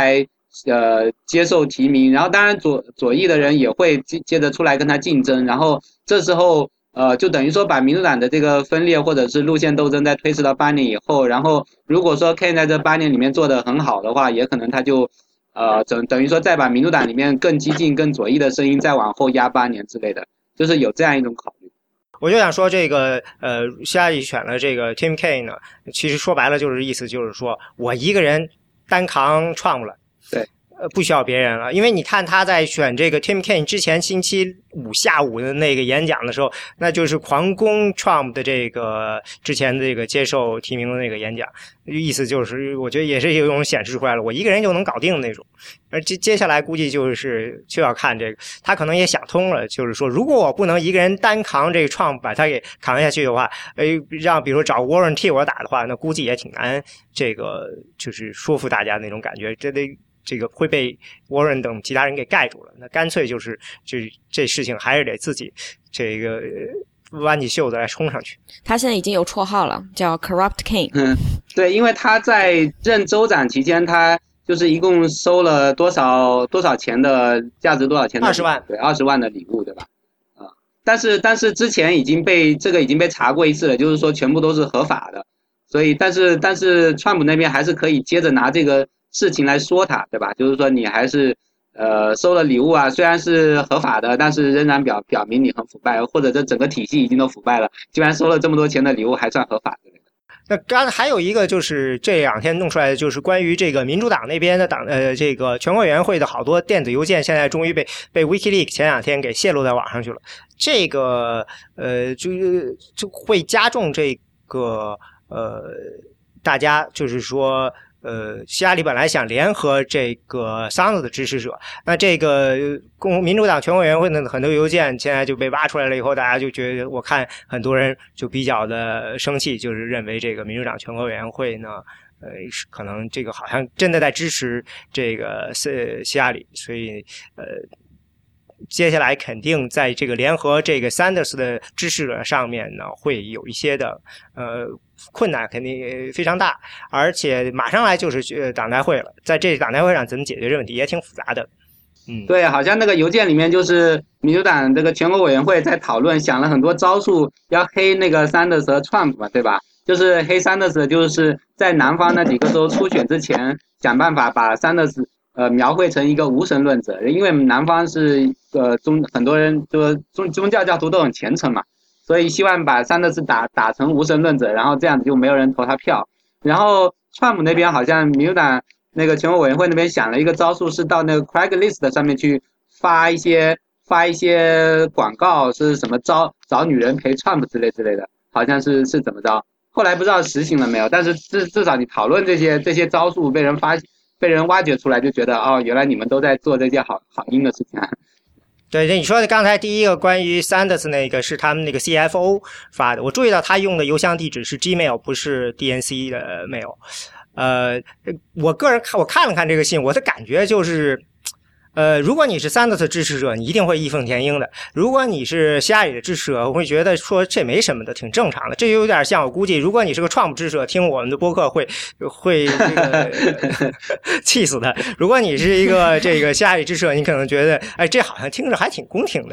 接受提名，然后当然左翼的人也会接着出来跟他竞争，然后这时候就等于说把民主党的这个分裂或者是路线斗争再推迟到8年以后，然后如果说 Kaine 在这8年里面做得很好的话，也可能他就等于说再把民主党里面更激进更左翼的声音再往后压8年之类的，就是有这样一种考虑。 我就想说这个希拉里选了这个 Tim Kaine 呢，其实说白了就是意思就是说我一个人单扛Trump了， 对， 不需要别人了。因为你看他在选这个 Tim Kaine 之前星期5下午的那个演讲的时候，那就是狂攻 Trump 的这个之前的这个接受提名的那个演讲，意思就是我觉得也是有一种显示出来了，我一个人就能搞定那种。而接下来估计就要看这个，他可能也想通了，就是说如果我不能一个人单扛这个 Trump 把他给扛下去的话，让比如说找 Warren 替我打的话，那估计也挺难，这个就是说服大家那种感觉，这个会被 Warren 等其他人给盖住了。那干脆就是这事情还是得自己这个弯起袖子来冲上去。 他现在已经有绰号了，叫 Corrupt Kaine。 对，因为他在任州长期间，他就是一共收了多少钱的价值多少钱的 20万， 对，20万的礼物，对吧？但是之前已经被查过一次了，就是说全部都是合法的，所以但是川普那边还是可以接着拿这个事情来说他，对吧？就是说你还是收了礼物啊，虽然是合法的，但是仍然表明你很腐败，或者这整个体系已经都腐败了，居然收了这么多钱的礼物还算合法的。 那刚才还有一个就是这2天弄出来的，就是关于这个民主党那边的这个全国委员会的好多电子邮件，现在终于被 WikiLeaks 前2天给泄露在网上去了。这个就会加重这个大家就是说希拉里本来想联合这个桑德的支持者，那这个民主党全国委员会的很多邮件现在就被挖出来了以后，大家就觉得，我看很多人就比较的生气，就是认为这个民主党全国委员会呢可能这个好像真的在支持这个希拉里，所以接下来肯定在这个联合这个 Sanders 的支持者上面呢，会有一些的困难，肯定非常大，而且马上来就是党代会了，在这党代会上怎么解决这问题也挺复杂的。 对，好像那个邮件里面就是民主党这个全国委员会在讨论，想了很多招数要黑那个 Sanders 和 Trump 嘛，对吧？就是黑 Sanders 就是在南方那几个州初选之前想办法把 Sanders描绘成一个无神论者，因为南方是很多人就宗教教徒都很虔诚嘛，所以希望把桑德斯打成无神论者，然后这样子就没有人投他票。然后川普那边好像民主党那个全国委员会那边想了一个招数，是到那个 Craigslist 上面去发一些广告，是什么找女人陪 Trump 之类的，好像是怎么着？后来不知道实行了没有，但是至少你讨论这些招数被人挖掘出来，就觉得原来你们都在做这些好阴的事情啊。 对，你说的刚才第一个关于 Sanders 那个是他们那个 CFO 发的，我注意到他用的邮箱地址是 Gmail， 不是 DNC 的 mail。我个人我看了看这个信，我的感觉就是，如果你是 Sanders 支持者，你一定会义愤填膺的；如果你是希拉里的支持者，我会觉得说这没什么的，挺正常的。这就有点像我估计，如果你是个 Trump 支持者，听我们的播客会这个气死的。如果你是一个这个希拉里支持者，你可能觉得，哎，这好像听着还挺公平的。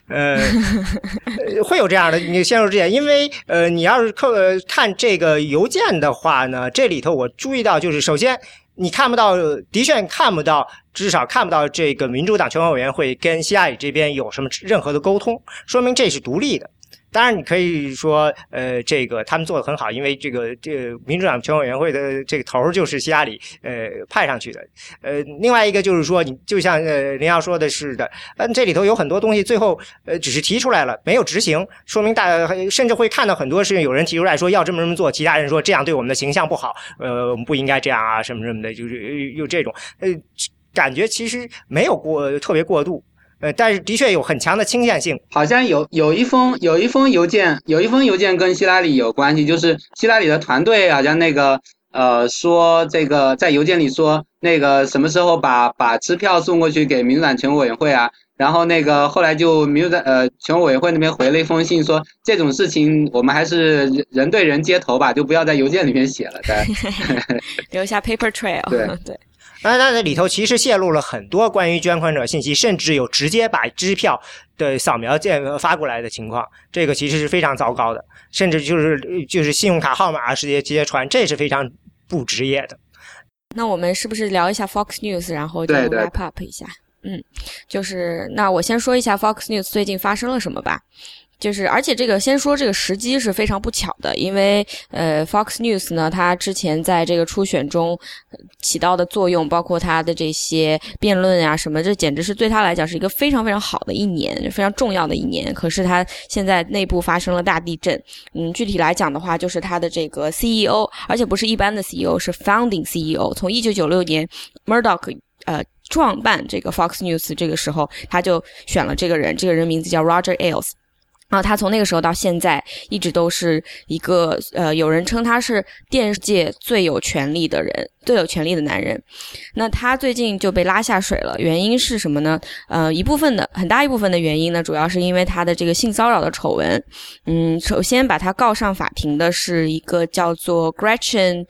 会有这样的你陷入这样，因为你要是看这个邮件的话呢，这里头我注意到就是首先。你看不到，的确看不到，至少看不到这个民主党全国委员会跟希拉里这边有什么任何的沟通，说明这是独立的。当然，你可以说，这个他们做得很好，因为这个民主党全国委员会的这个头就是希拉里派上去的。另外一个就是说，你就像林耀说的是的，这里头有很多东西最后只是提出来了，没有执行，说明甚至会看到很多事情有人提出来说要这么做，其他人说这样对我们的形象不好，我们不应该这样啊，什么的，就是有这种感觉，其实没有特别过度。但是的确有很强的倾向性。 好像有一封邮件跟希拉里有关系，就是希拉里的团队好像那个说这个在邮件里说那个什么时候把支票送过去给民主党全国委员会啊，然后那个后来就民主党全国委员会那边回了一封信说这种事情我们还是人对人接头吧，就不要在邮件里面写了，对。 留下 paper trail。对。 那里头其实泄露了很多关于捐款者信息，甚至有直接把支票的扫描件发过来的情况，这个其实是非常糟糕的，甚至就是信用卡号码直接传，这是非常不职业的。 那我们是不是聊一下 Fox News， 然后就 wrap up 一下？就是那我先说一下 Fox News 最近发生了什么吧。就是而且先说这个时机是非常不巧的，因为Fox News 呢，它之前在这个初选中起到的作用，包括它的这些辩论啊什么，这简直是对它来讲是一个非常非常好的一年，非常重要的一年。可是它现在内部发生了大地震。具体来讲的话，就是它的这个 CEO， 而且不是一般的 CEO， 是 founding CEO。从1996年 Murdoch创办这个 Fox News 这个时候，他就选了这个人名字叫 Roger Ailes。然后他从那个时候到现在一直都是一个有人称他是电视界最有权力的人，最有权力的男人。那他最近就被拉下水了，原因是什么呢？很大一部分的原因呢，主要是因为他的这个性骚扰的丑闻。首先把他告上法庭的是一个叫做 Gretchen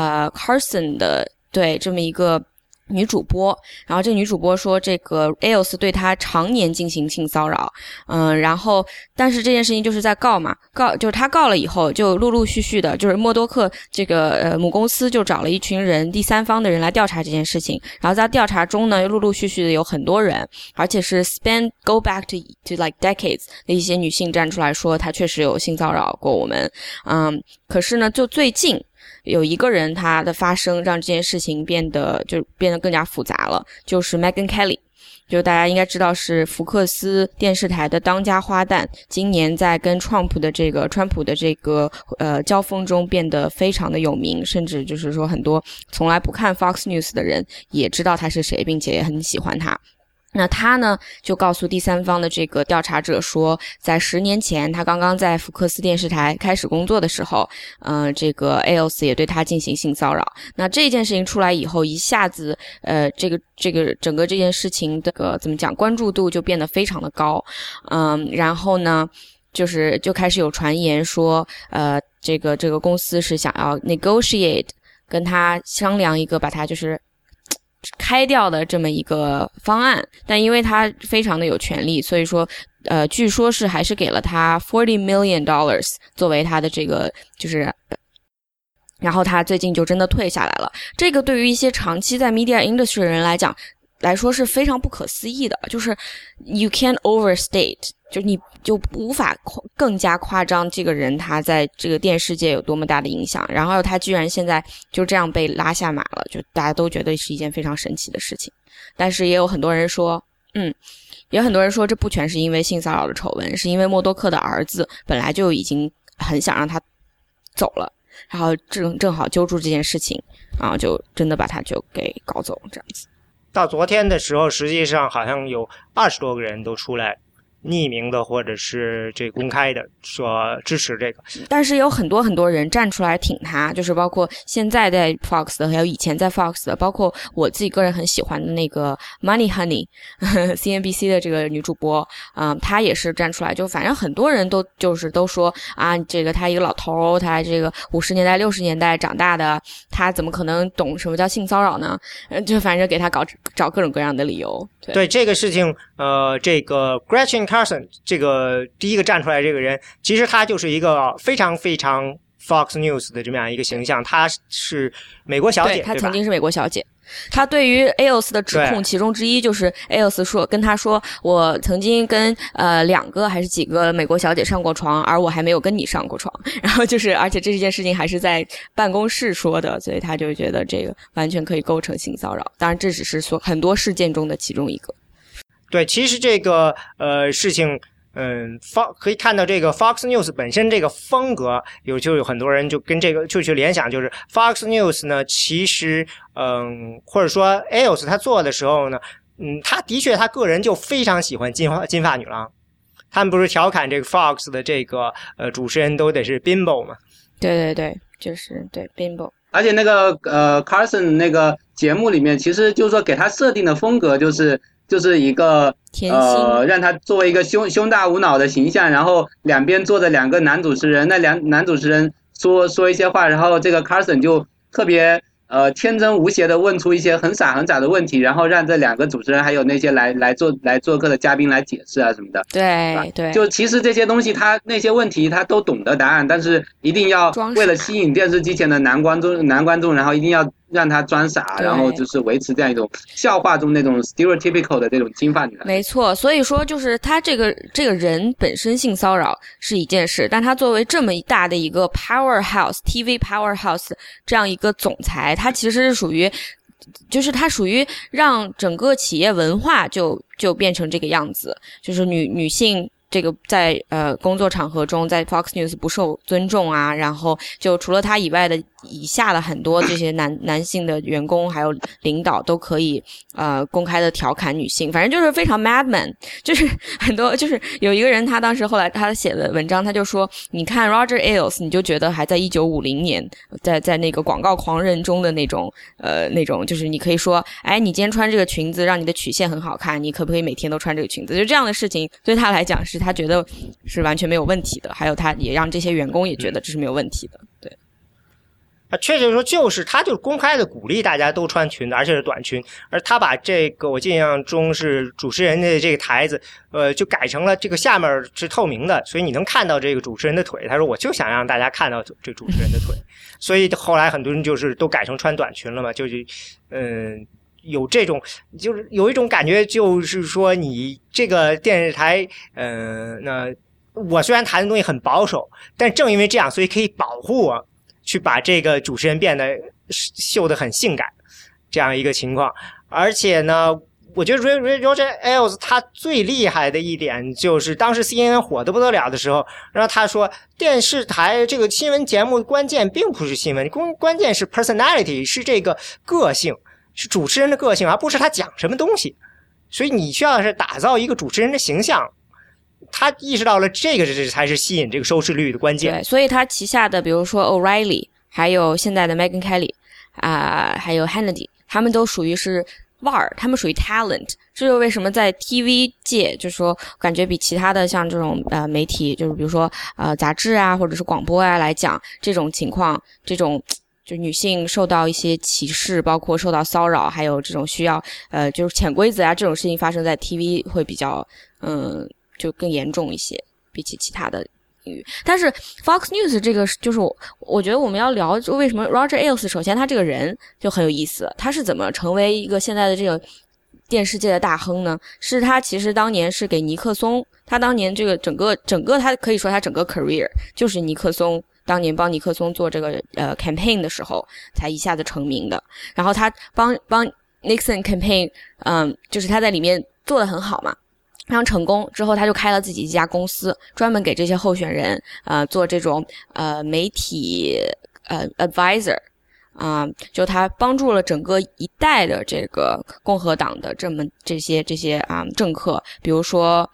Carson 的，对，这么一个女主播。然后这个女主播说这个 Ailes 对她常年进行性骚扰。然后但是这件事情就是在告嘛，就是她告了以后就陆陆续续的，就是默多克这个母公司就找了一群人，第三方的人来调查这件事情。然后在调查中呢，陆陆续续的有很多人，而且是 go back to like decades 的一些女性站出来说她确实有性骚扰过我们。可是呢就最近有一个人他的发生让这件事情变得更加复杂了，就是 Megyn Kelly。就大家应该知道是福克斯电视台的当家花旦，今年在跟川普的这个交锋中变得非常的有名，甚至就是说很多从来不看 Fox News 的人也知道他是谁，并且也很喜欢他。那他呢就告诉第三方的这个调查者说，在10年前他刚刚在福克斯电视台开始工作的时候，这个 Ailes 也对他进行性骚扰。那这件事情出来以后，一下子这个整个这件事情的怎么讲，关注度就变得非常的高。然后呢就开始有传言说这个公司是想要 negotiate 跟他商量一个把他就是开掉的这么一个方案，但因为他非常的有权利，所以说据说是还是给了他$40 million作为他的这个就是然后他最近就真的退下来了。这个对于一些长期在 media industry 的人来说是非常不可思议的，就是 you can't overstate， 就你就无法更加夸张这个人他在这个电视界有多么大的影响，然后他居然现在就这样被拉下马了，就大家都觉得是一件非常神奇的事情。但是也有很多人说这不全是因为性骚扰的丑闻，是因为默多克的儿子本来就已经很想让他走了，然后正好揪住这件事情，然后就真的把他就给搞走这样子。 到昨天的时候，实际上好像有20多个人都出来匿名的或者是这公开的说支持这个， 但是有很多人站出来挺他，就是包括现在在 Fox 的还有以前在 Fox 的，包括我自己个人很喜欢的那个 Money Honey CNBC 的这个女主播，她也是站出来，就反正很多人都说啊，这个她一个老头，她这个50年代60年代长大的，她怎么可能懂什么叫性骚扰呢？就反正给她找各种各样的理由。 对这个事情，这个 Gretchen Carson 这个第一个站出来这个人，其实他就是一个非常非常 Fox News 的这么样一个形象，他是美国小姐， 对，他曾经是美国小姐。他对于 Ailes 的指控其中之一就是 Ailes 跟他说我曾经跟2个还是几个美国小姐上过床，而我还没有跟你上过床，然后就是而且这件事情还是在办公室说的，所以他就觉得这个完全可以构成性骚扰，当然这只是很多事件中的其中一个。 对，其实这个事情可以看到这个 Fox News 本身这个风格就有很多人就跟这个就去联想，就是 Fox News 呢其实或者说 Ailes 他做的时候呢他的确他个人就非常喜欢金发女郎，他们不是调侃这个 Fox 的这个主持人都得是 bimbo 嘛？ 对，就是对 bimbo。 而且那个Carson 那个节目里面，其实就是说给他设定的风格就是一个让他作为一个胸大无脑的形象，然后两边坐着2个男主持人，那男主持人说一些话，然后这个 Carson 就特别天真无邪的问出一些很傻的问题，然后让这两个主持人还有那些来做客的嘉宾来解释啊什么的。 对对， 就其实这些东西他那些问题他都懂得答案，但是一定要为了吸引电视机前的男观众，然后一定要让他装傻，然后就是维持这样一种笑话中那种 stereotypical 的这种金发女孩。 没错，所以说就是他这个人本身性骚扰是一件事，但他作为这么大的一个 powerhouse TV powerhouse 这样一个总裁，他其实是属于让整个企业文化就变成这个样子，就是女性这个在工作场合中在 Fox News 不受尊重啊，然后就除了他以外的以下的很多这些男性的员工还有领导都可以公开的调侃女性，反正就是非常 madman， 就是很多就是有一个人他当时后来他写的文章他就说，你看 Roger Ailes 你就觉得还在1950年在那个广告狂人中的那种就是你可以说，哎，你今天穿这个裙子让你的曲线很好看，你可不可以每天都穿这个裙子，就这样的事情对他来讲是他觉得是完全没有问题的，还有他也让这些员工也觉得这是没有问题的。对， 确切说就是他就公开的鼓励大家都穿裙子，而且是短裙，而他把这个我印象中是主持人的这个台子就改成了这个下面是透明的，所以你能看到这个主持人的腿，他说我就想让大家看到这主持人的腿，所以后来很多人就是都改成穿短裙了嘛，就是有这种就是有一种感觉，就是说你这个电视台那我虽然谈的东西很保守，但正因为这样所以可以保护我去把这个主持人变得秀得很性感这样一个情况。而且呢我觉得 Roger Ailes 他最厉害的一点就是当时 CNN 火得不得了的时候，然后他说电视台这个新闻节目关键并不是新闻，关键是 personality， 是这个个性，是主持人的个性，而不是他讲什么东西，所以你需要是打造一个主持人的形象。他意识到了这个才是吸引这个收视率的关键。 对，所以他旗下的比如说 O'Reilly 还有现在的 Megyn Kelly 还有 Hannity， 他们都属于是腕儿，他们属于 talent。这就是为什么在 TV 界就是说感觉比其他的像这种媒体，就是比如说杂志啊或者是广播啊来讲，这种情况，这种就女性受到一些歧视，包括受到骚扰，还有这种需要就是潜规则啊这种事情发生在 TV 会比较就更严重一些，比起其他的领域。但是 Fox News 这个就是我觉得我们要聊就为什么 Roger Ailes 首先他这个人就很有意思，他是怎么成为一个现在的这个电视界的大亨呢？是他其实当年是给尼克松，他当年这个整个他可以说他整个 career 就是尼克松当年帮尼克松做这个campaign 的时候才一下子成名的。然后他帮 Nixon campaign 就是他在里面做得很好嘛，非常成功，之后他就开了自己一家公司，专门给这些候选人做这种媒体advisor就他帮助了整个一代的这个共和党的这些政客，比如说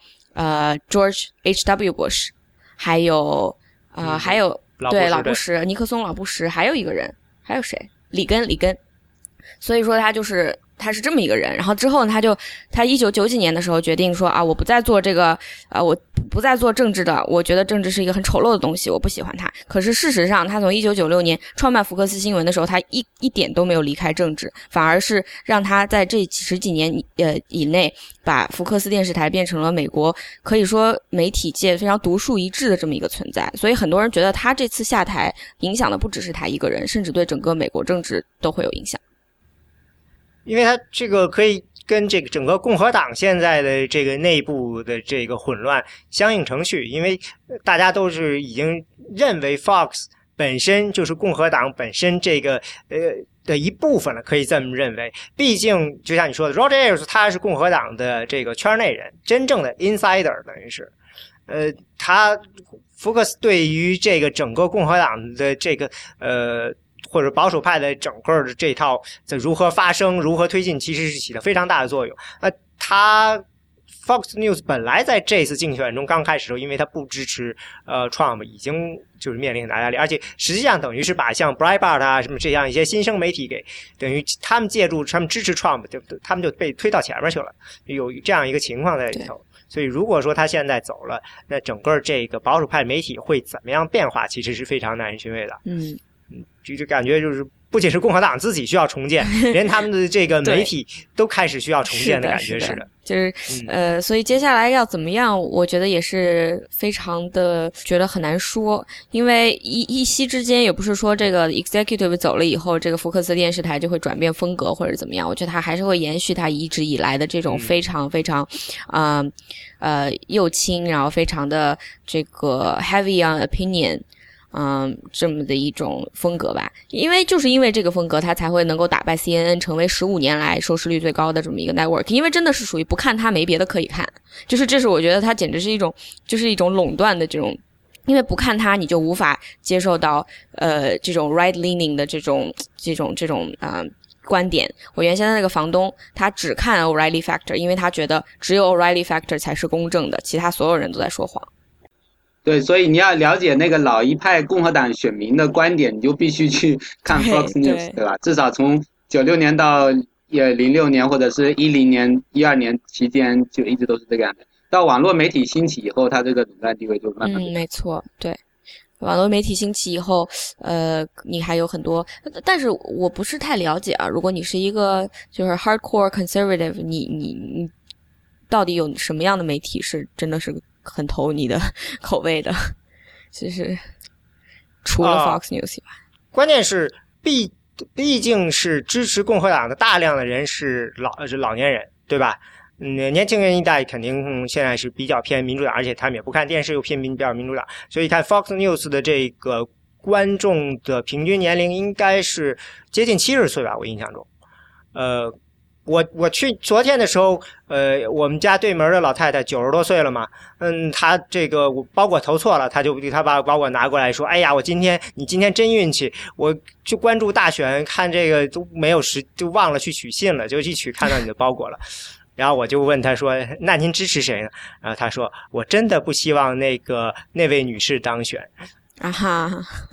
George H.W. Bush， 还有对老布什，尼克松老布什，还有一个人，还有谁？里根。所以说他是这么一个人。然后之后他1990几年的时候决定说我不再做这个我不再做政治的，我觉得政治是一个很丑陋的东西，我不喜欢它。可是事实上他从1996年创办福克斯新闻的时候，他一点都没有离开政治，反而是让他在这十几年以内把福克斯电视台变成了美国可以说媒体界非常独树一帜的这么一个存在。所以很多人觉得他这次下台影响的不只是他一个人，甚至对整个美国政治都会有影响。 因为他这个可以跟这个整个共和党现在的这个内部的这个混乱相应程序，因为大家都是已经认为 Fox 本身就是共和党本身这个的一部分了，可以这么认为。毕竟就像你说的 Roger Ailes 他是共和党的这个圈内人，真正的 insider 等于是他福克斯对于这个整个共和党的这个或者保守派的整个的这套在如何发生如何推进其实是起了非常大的作用。他 Fox News 本来在这次竞选中刚开始的时候，因为他不支持Trump 已经就是面临很大压力，而且实际上等于是把像 Breitbart 什么这样一些新生媒体给等于他们借助他们支持 Trump 他们就被推到前面去了，有这样一个情况在里头。所以如果说他现在走了，那整个这个保守派媒体会怎么样变化，其实是非常耐人寻味的。就感觉就是不仅是共和党自己需要重建，连他们的这个媒体都开始需要重建的感觉似的。 就是所以接下来要怎么样，我觉得也是非常的觉得很难说，因为一夕之间也不是说这个 executive 走了以后，这个福克斯电视台就会转变风格或者怎么样，我觉得他还是会延续他一直以来的这种非常非常右倾，然后非常的这个 heavy on opinion。这么的一种风格吧，因为这个风格，它才会能够打败 CNN， 成为15年来收视率最高的这么一个 network。因为真的是属于不看它没别的可以看，这是我觉得它简直是一种垄断的这种，因为不看它你就无法接受到这种 right leaning 的这种观点。我原先的那个房东，他只看 O'Reilly Factor， 因为他觉得只有 O'Reilly Factor 才是公正的，其他所有人都在说谎。 对，所以你要了解那个老一派共和党选民的观点，你就必须去看 Fox News， 对吧？至少从96年到06年或者是10年、12年期间就一直都是这个样子。到网络媒体兴起以后，它这个垄断地位就慢慢没错，对。网络媒体兴起以后，你还有很多，但是我不是太了解啊。如果你是一个就是 hardcore conservative， 你到底有什么样的媒体是真的是很投你的口味的？就是除了 Fox News 以外， 关键是毕竟是支持共和党的大量的人是老年人，对吧？年轻人一代肯定现在是比较偏民主党，而且他们也不看电视，又偏比较民主党，所以看 Fox News 的这个观众的平均年龄应该是接近70岁吧，我印象中。我去昨天的时候，我们家对门的老太太90多岁了嘛，她这个包裹投错了，她把包裹拿过来说，哎呀，你今天真运气，我去关注大选看这个都没有就忘了去取信了，就一取看到你的包裹了。然后我就问他说，那您支持谁呢？然后他说，我真的不希望那位女士当选。 啊哈，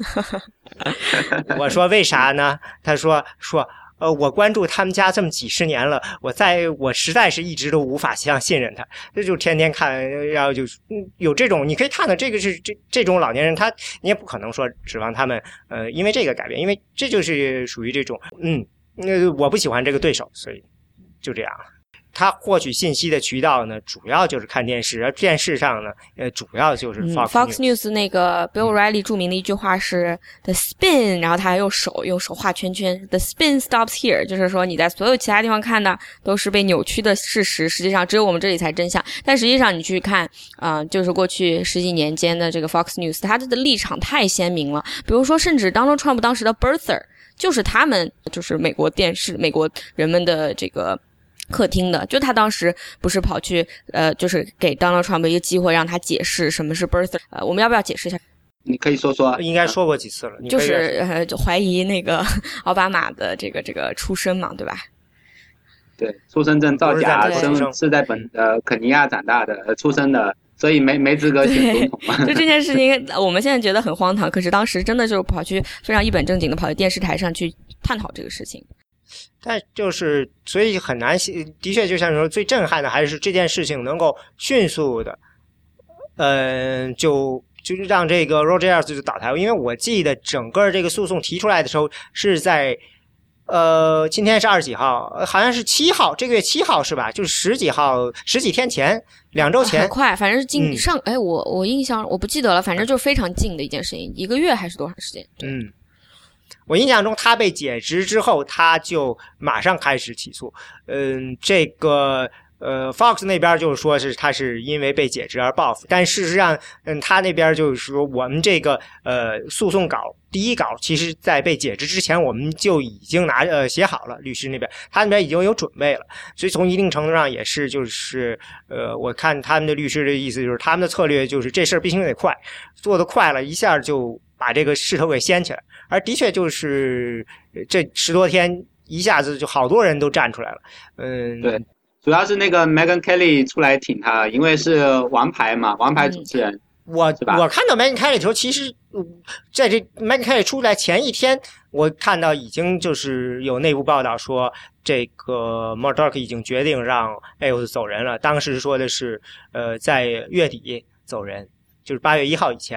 我说为啥呢？他说我关注他们家这么几十年了，我实在是一直都无法信任他，这就天天看，然后就有这种你可以看到这个是这种老年人，你也不可能说指望他们因为这个改变，因为这就是属于这种我不喜欢这个对手，所以就这样。他获取信息的渠道呢，主要就是看电视，而电视上呢，主要就是 Fox News 那个 Bill O'Reilly 著名的一句话是 The spin， 然后他还用手画圈圈 ，The spin stops here， 就是说你在所有其他地方看的都是被扭曲的事实，实际上只有我们这里才真相。但实际上你去看就是过去10几年间的这个 Fox News， 他的立场太鲜明了，比如说甚至 Donald Trump 当时的 birther 就是他们就是美国人们的这个客厅的，就他当时不是跑去就是给 Donald Trump 一个机会让他解释什么是 birther， 我们要不要解释一下？ 你可以说， 应该说过几次了， 就是就怀疑那个奥巴马的这个出身嘛，对吧？ 对，出生证造假，是在肯尼亚长大的出生的，所以没资格选总统嘛。 就这件事情，我们现在觉得很荒唐，可是当时真的就是跑去非常一本正经的跑去电视台上去探讨这个事情。 但就是所以很难，的确就像你说，最震撼的还是这件事情能够迅速的，就是让这个 Roger Ailes 就倒台。因为我记得整个这个诉讼提出来的时候是在今天是20几号，好像是7号，这个月7号是吧？就是十几天前，2周前， 很快，反正是我印象我不记得了，反正就是非常近的一件事情，1个月还是多长时间？ 我印象中他被解职之后，他就马上开始起诉。这个Fox 那边就是说是他是因为被解职而报复，但事实上，他那边就是说我们这个诉讼稿第一稿，其实在被解职之前我们就已经写好了，律师那边他那边已经有准备了，所以从一定程度上也是就是我看他们的律师的意思就是他们的策略就是这事儿必须得快，做得快了一下就把这个势头给掀起来。而的确就是这10多天一下子就好多人都站出来了。 对，主要是那个 Megyn Kelly 出来挺他，因为是王牌嘛，王牌主持人。 我看到 Megyn Kelly 的时候，其实在这 Megyn Kelly 出来前一天，我看到已经就是有内部报道说这个 Murdoch 已经决定让 Ailes 走人了。当时说的是在月底走人，就是8月1号以前。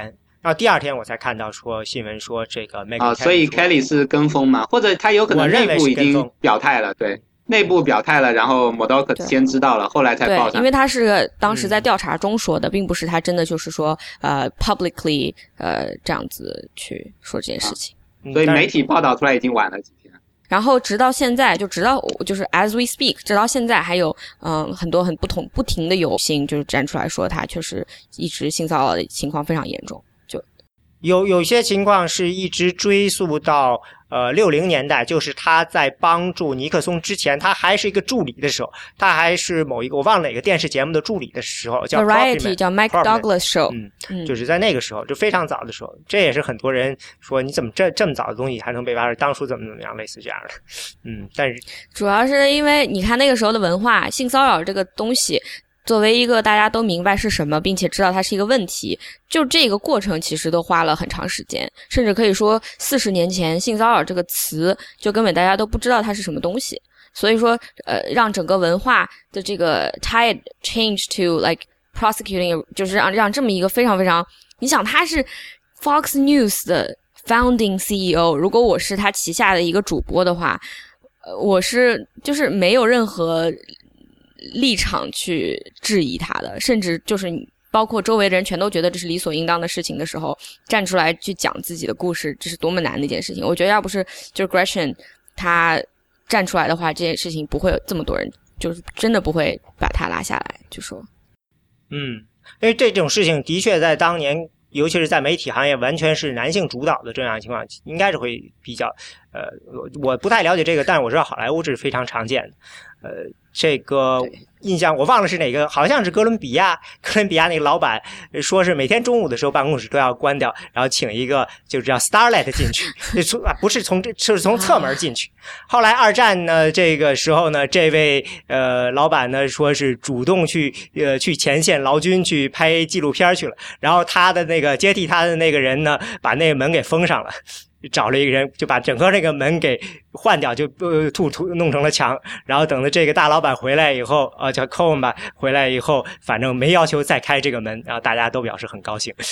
然后第二天我才看到说新闻说这个 Meghan Kelly 所以 Kelly 是跟风嘛，或者他有可能内部已经表态了，对，内部表态了，然后 Murdoch 先知道了，后来才报上。 对，因为他是当时在调查中说的，并不是他真的就是说publicly 这样子去说这件事情。 所以媒体报道出来已经晚了几天。 然后直到现在，就直到就是 as we speak， 直到现在还有很多很不停的有性就是站出来说他确实一直性骚扰的情况非常严重。就有些情况是一直追溯到60年代，就是他在帮助尼克松之前，他还是一个助理的时候，他还是某一个我忘了哪个电视节目的助理的时候，叫 Variety 叫 Mike Douglas Show， 就是在那个时候，就非常早的时候，这也是很多人说你怎么这么早的东西还能被挖出，当初怎么样，类似这样的。但是主要是因为你看那个时候的文化，性骚扰这个东西作为一个大家都明白是什么，并且知道它是一个问题，就这个过程其实都花了很长时间，甚至可以说40年前性骚扰这个词就根本大家都不知道它是什么东西。所以说让整个文化的这个 tide change to like prosecuting， 就是让这么一个非常非常，你想他是 Fox News 的 founding CEO， 如果我是他旗下的一个主播的话，我是就是没有任何立场去质疑他的，甚至就是包括周围的人全都觉得这是理所应当的事情的时候，站出来去讲自己的故事，这是多么难的一件事情。我觉得要不是就是 Gretchen 他站出来的话，这件事情不会有这么多人，就是真的不会把他拉下来就说。 因为这种事情的确在当年，尤其是在媒体行业完全是男性主导的这样的情况，应该是会比较我不太了解这个，但是我知道好莱坞是非常常见的。这个印象我忘了是哪个，好像是哥伦比亚那个老板说是每天中午的时候办公室都要关掉，然后请一个就是叫 Starlet 进去，不是是从侧门进去。后来二战呢，这个时候呢，这位老板呢说是主动去前线劳军去拍纪录片去了，然后他的那个接替他的那个人呢，把那个门给封上了。找了一个人就把整个这个门给换掉，就弄成了墙，然后等到这个大老板回来以后叫 Cohen 吧，回来以后反正没要求再开这个门，然后大家都表示很高兴。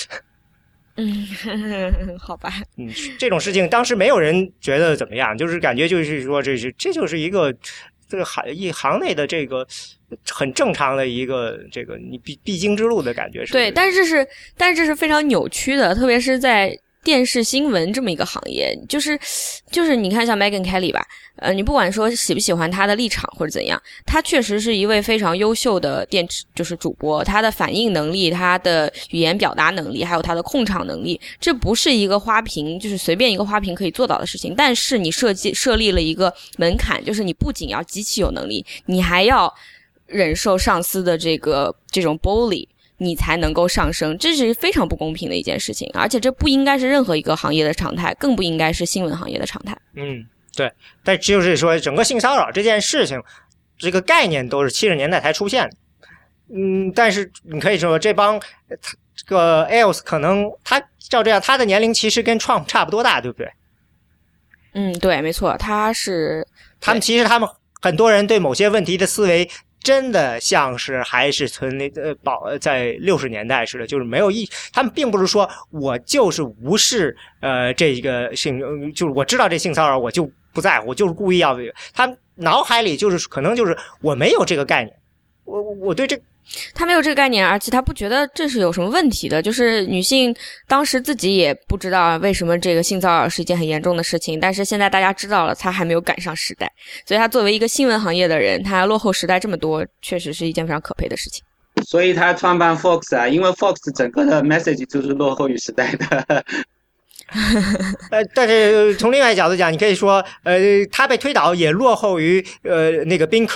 好吧。 这种事情当时没有人觉得怎么样，就是感觉就是说这就是一个这个行内的这个很正常的一个这个你必经之路的感觉是。 对，但是这是非常扭曲的，特别是在电视新闻这么一个行业，就是你看像 Meghan Kelly 吧，你不管说喜不喜欢她的立场或者怎样，她确实是一位非常优秀的就是主播，她的反应能力，她的语言表达能力，还有她的控场能力，这不是一个花瓶，就是随便一个花瓶可以做到的事情。但是你设立了一个门槛，就是你不仅要极其有能力，你还要忍受上司的这种 bully，你才能够上升，这是非常不公平的一件事情，而且这不应该是任何一个行业的常态，更不应该是新闻行业的常态。 对，但就是说整个性骚扰这件事情，这个概念都是70年代才出现的。但是你可以说这帮这个 Ailes 可能他照这样，他的年龄其实跟 Trump 差不多大，对不对？ 对，没错，他们其实很多人对某些问题的思维真的像是还是在60年代似的，就是没有他们并不是说我就是无视这个就是我知道这性骚扰我就不在乎，我就是故意要，他们脑海里就是可能就是我没有这个概念，我对这他没有这个概念，而且他不觉得这是有什么问题的，就是女性当时自己也不知道为什么这个性骚扰是一件很严重的事情，但是现在大家知道了，他还没有赶上时代，所以他作为一个新闻行业的人，他落后时代这么多，确实是一件非常可悲的事情。 所以他创办 Fox 啊，因为 Fox 整个的 message 就是落后于时代的。 但是从另外一角度讲，你可以说他被推倒也落后于那个 Bing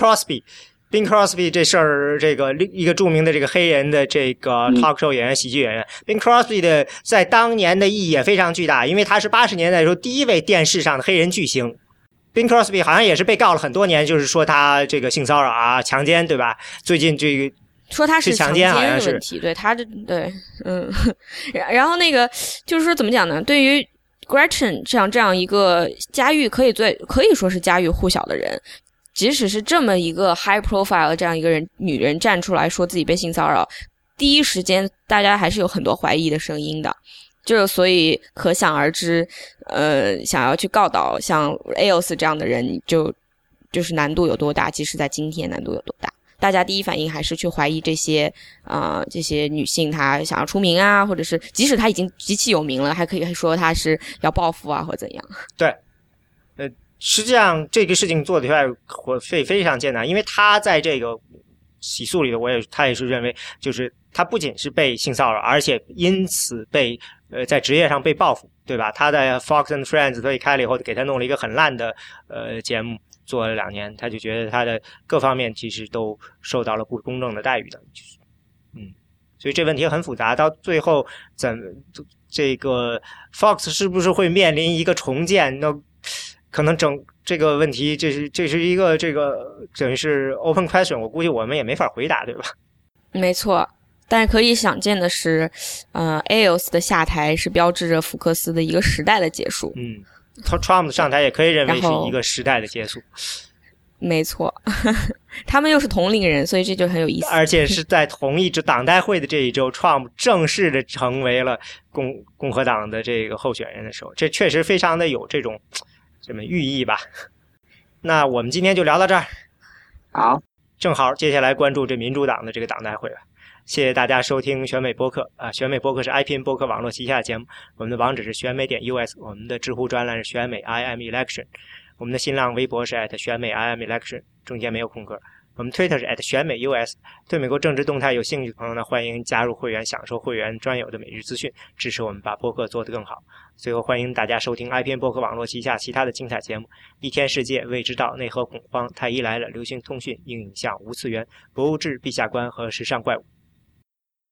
Crosby 这事儿，这个一个著名的这个黑人的这个 talk show 演员、喜剧演员，Bing Crosby 的在当年的意义也非常巨大，因为他是80年代的时候第一位电视上的黑人巨星。Bing Crosby 好像也是被告了很多年，就是说他这个性骚扰啊、强奸，对吧？最近这个说他是强奸好像是问题，对他对然后那个就是说怎么讲呢？对于 Gretchen 这样一个家喻可以说是家喻户晓的人。即使是这么一个 high profile 的这样一个女人站出来说自己被性骚扰，第一时间大家还是有很多怀疑的声音的。 就所以可想而知，想要去告倒像 AOS 这样的人，就是难度有多大，即使在今天难度有多大。大家第一反应还是去怀疑这些女性她想要出名啊，或者是即使她已经极其有名了，还可以说她是要报复啊或怎样。 对，实际上这个事情做的非常艰难，因为他在这个起诉里的他也是认为，就是他不仅是被性骚扰，而且因此被在职业上被报复，对吧？他在 Fox and Friends 所以开了以后，给他弄了一个很烂的节目。做了2年，他就觉得他的各方面其实都受到了不公正的待遇的，所以这问题很复杂。到最后，这个 Fox 是不是会面临一个重建？那可能这个问题，这是一个等于是 open question， 我估计我们也没法回答，对吧？ 没错，但是可以想见的是，AOS 的下台是标志着福克斯的一个时代的结束。 Trump 上台也可以认为是一个时代的结束， 没错，他们又是同龄人，所以这就很有意思。 而且是在同一支党代会的这一周 ，Trump 正式的成为了共和党的这个候选人的时候，这确实非常的有这么寓意吧。那我们今天就聊到这儿， 好， 正好接下来关注这民主党的这个党代会吧。谢谢大家收听选美播客选美播客是 IPN 播客网络旗下的节目，我们的网址是选美.us， 我们的知乎专栏是选美 IMElection， 我们的新浪微博是选美 IMElection， 中间没有空格，我们 Twitter 是选美 US。 对美国政治动态有兴趣的朋友呢，欢迎加入会员，享受会员专有的每日资讯，支持我们把播客做得更好。最后欢迎大家收听 IPN 播客网络旗下其他的精彩节目，一天世界、未知道、内核恐慌、太医来了、流行通讯、硬影像、无次元、博物志、陛下观和时尚怪物。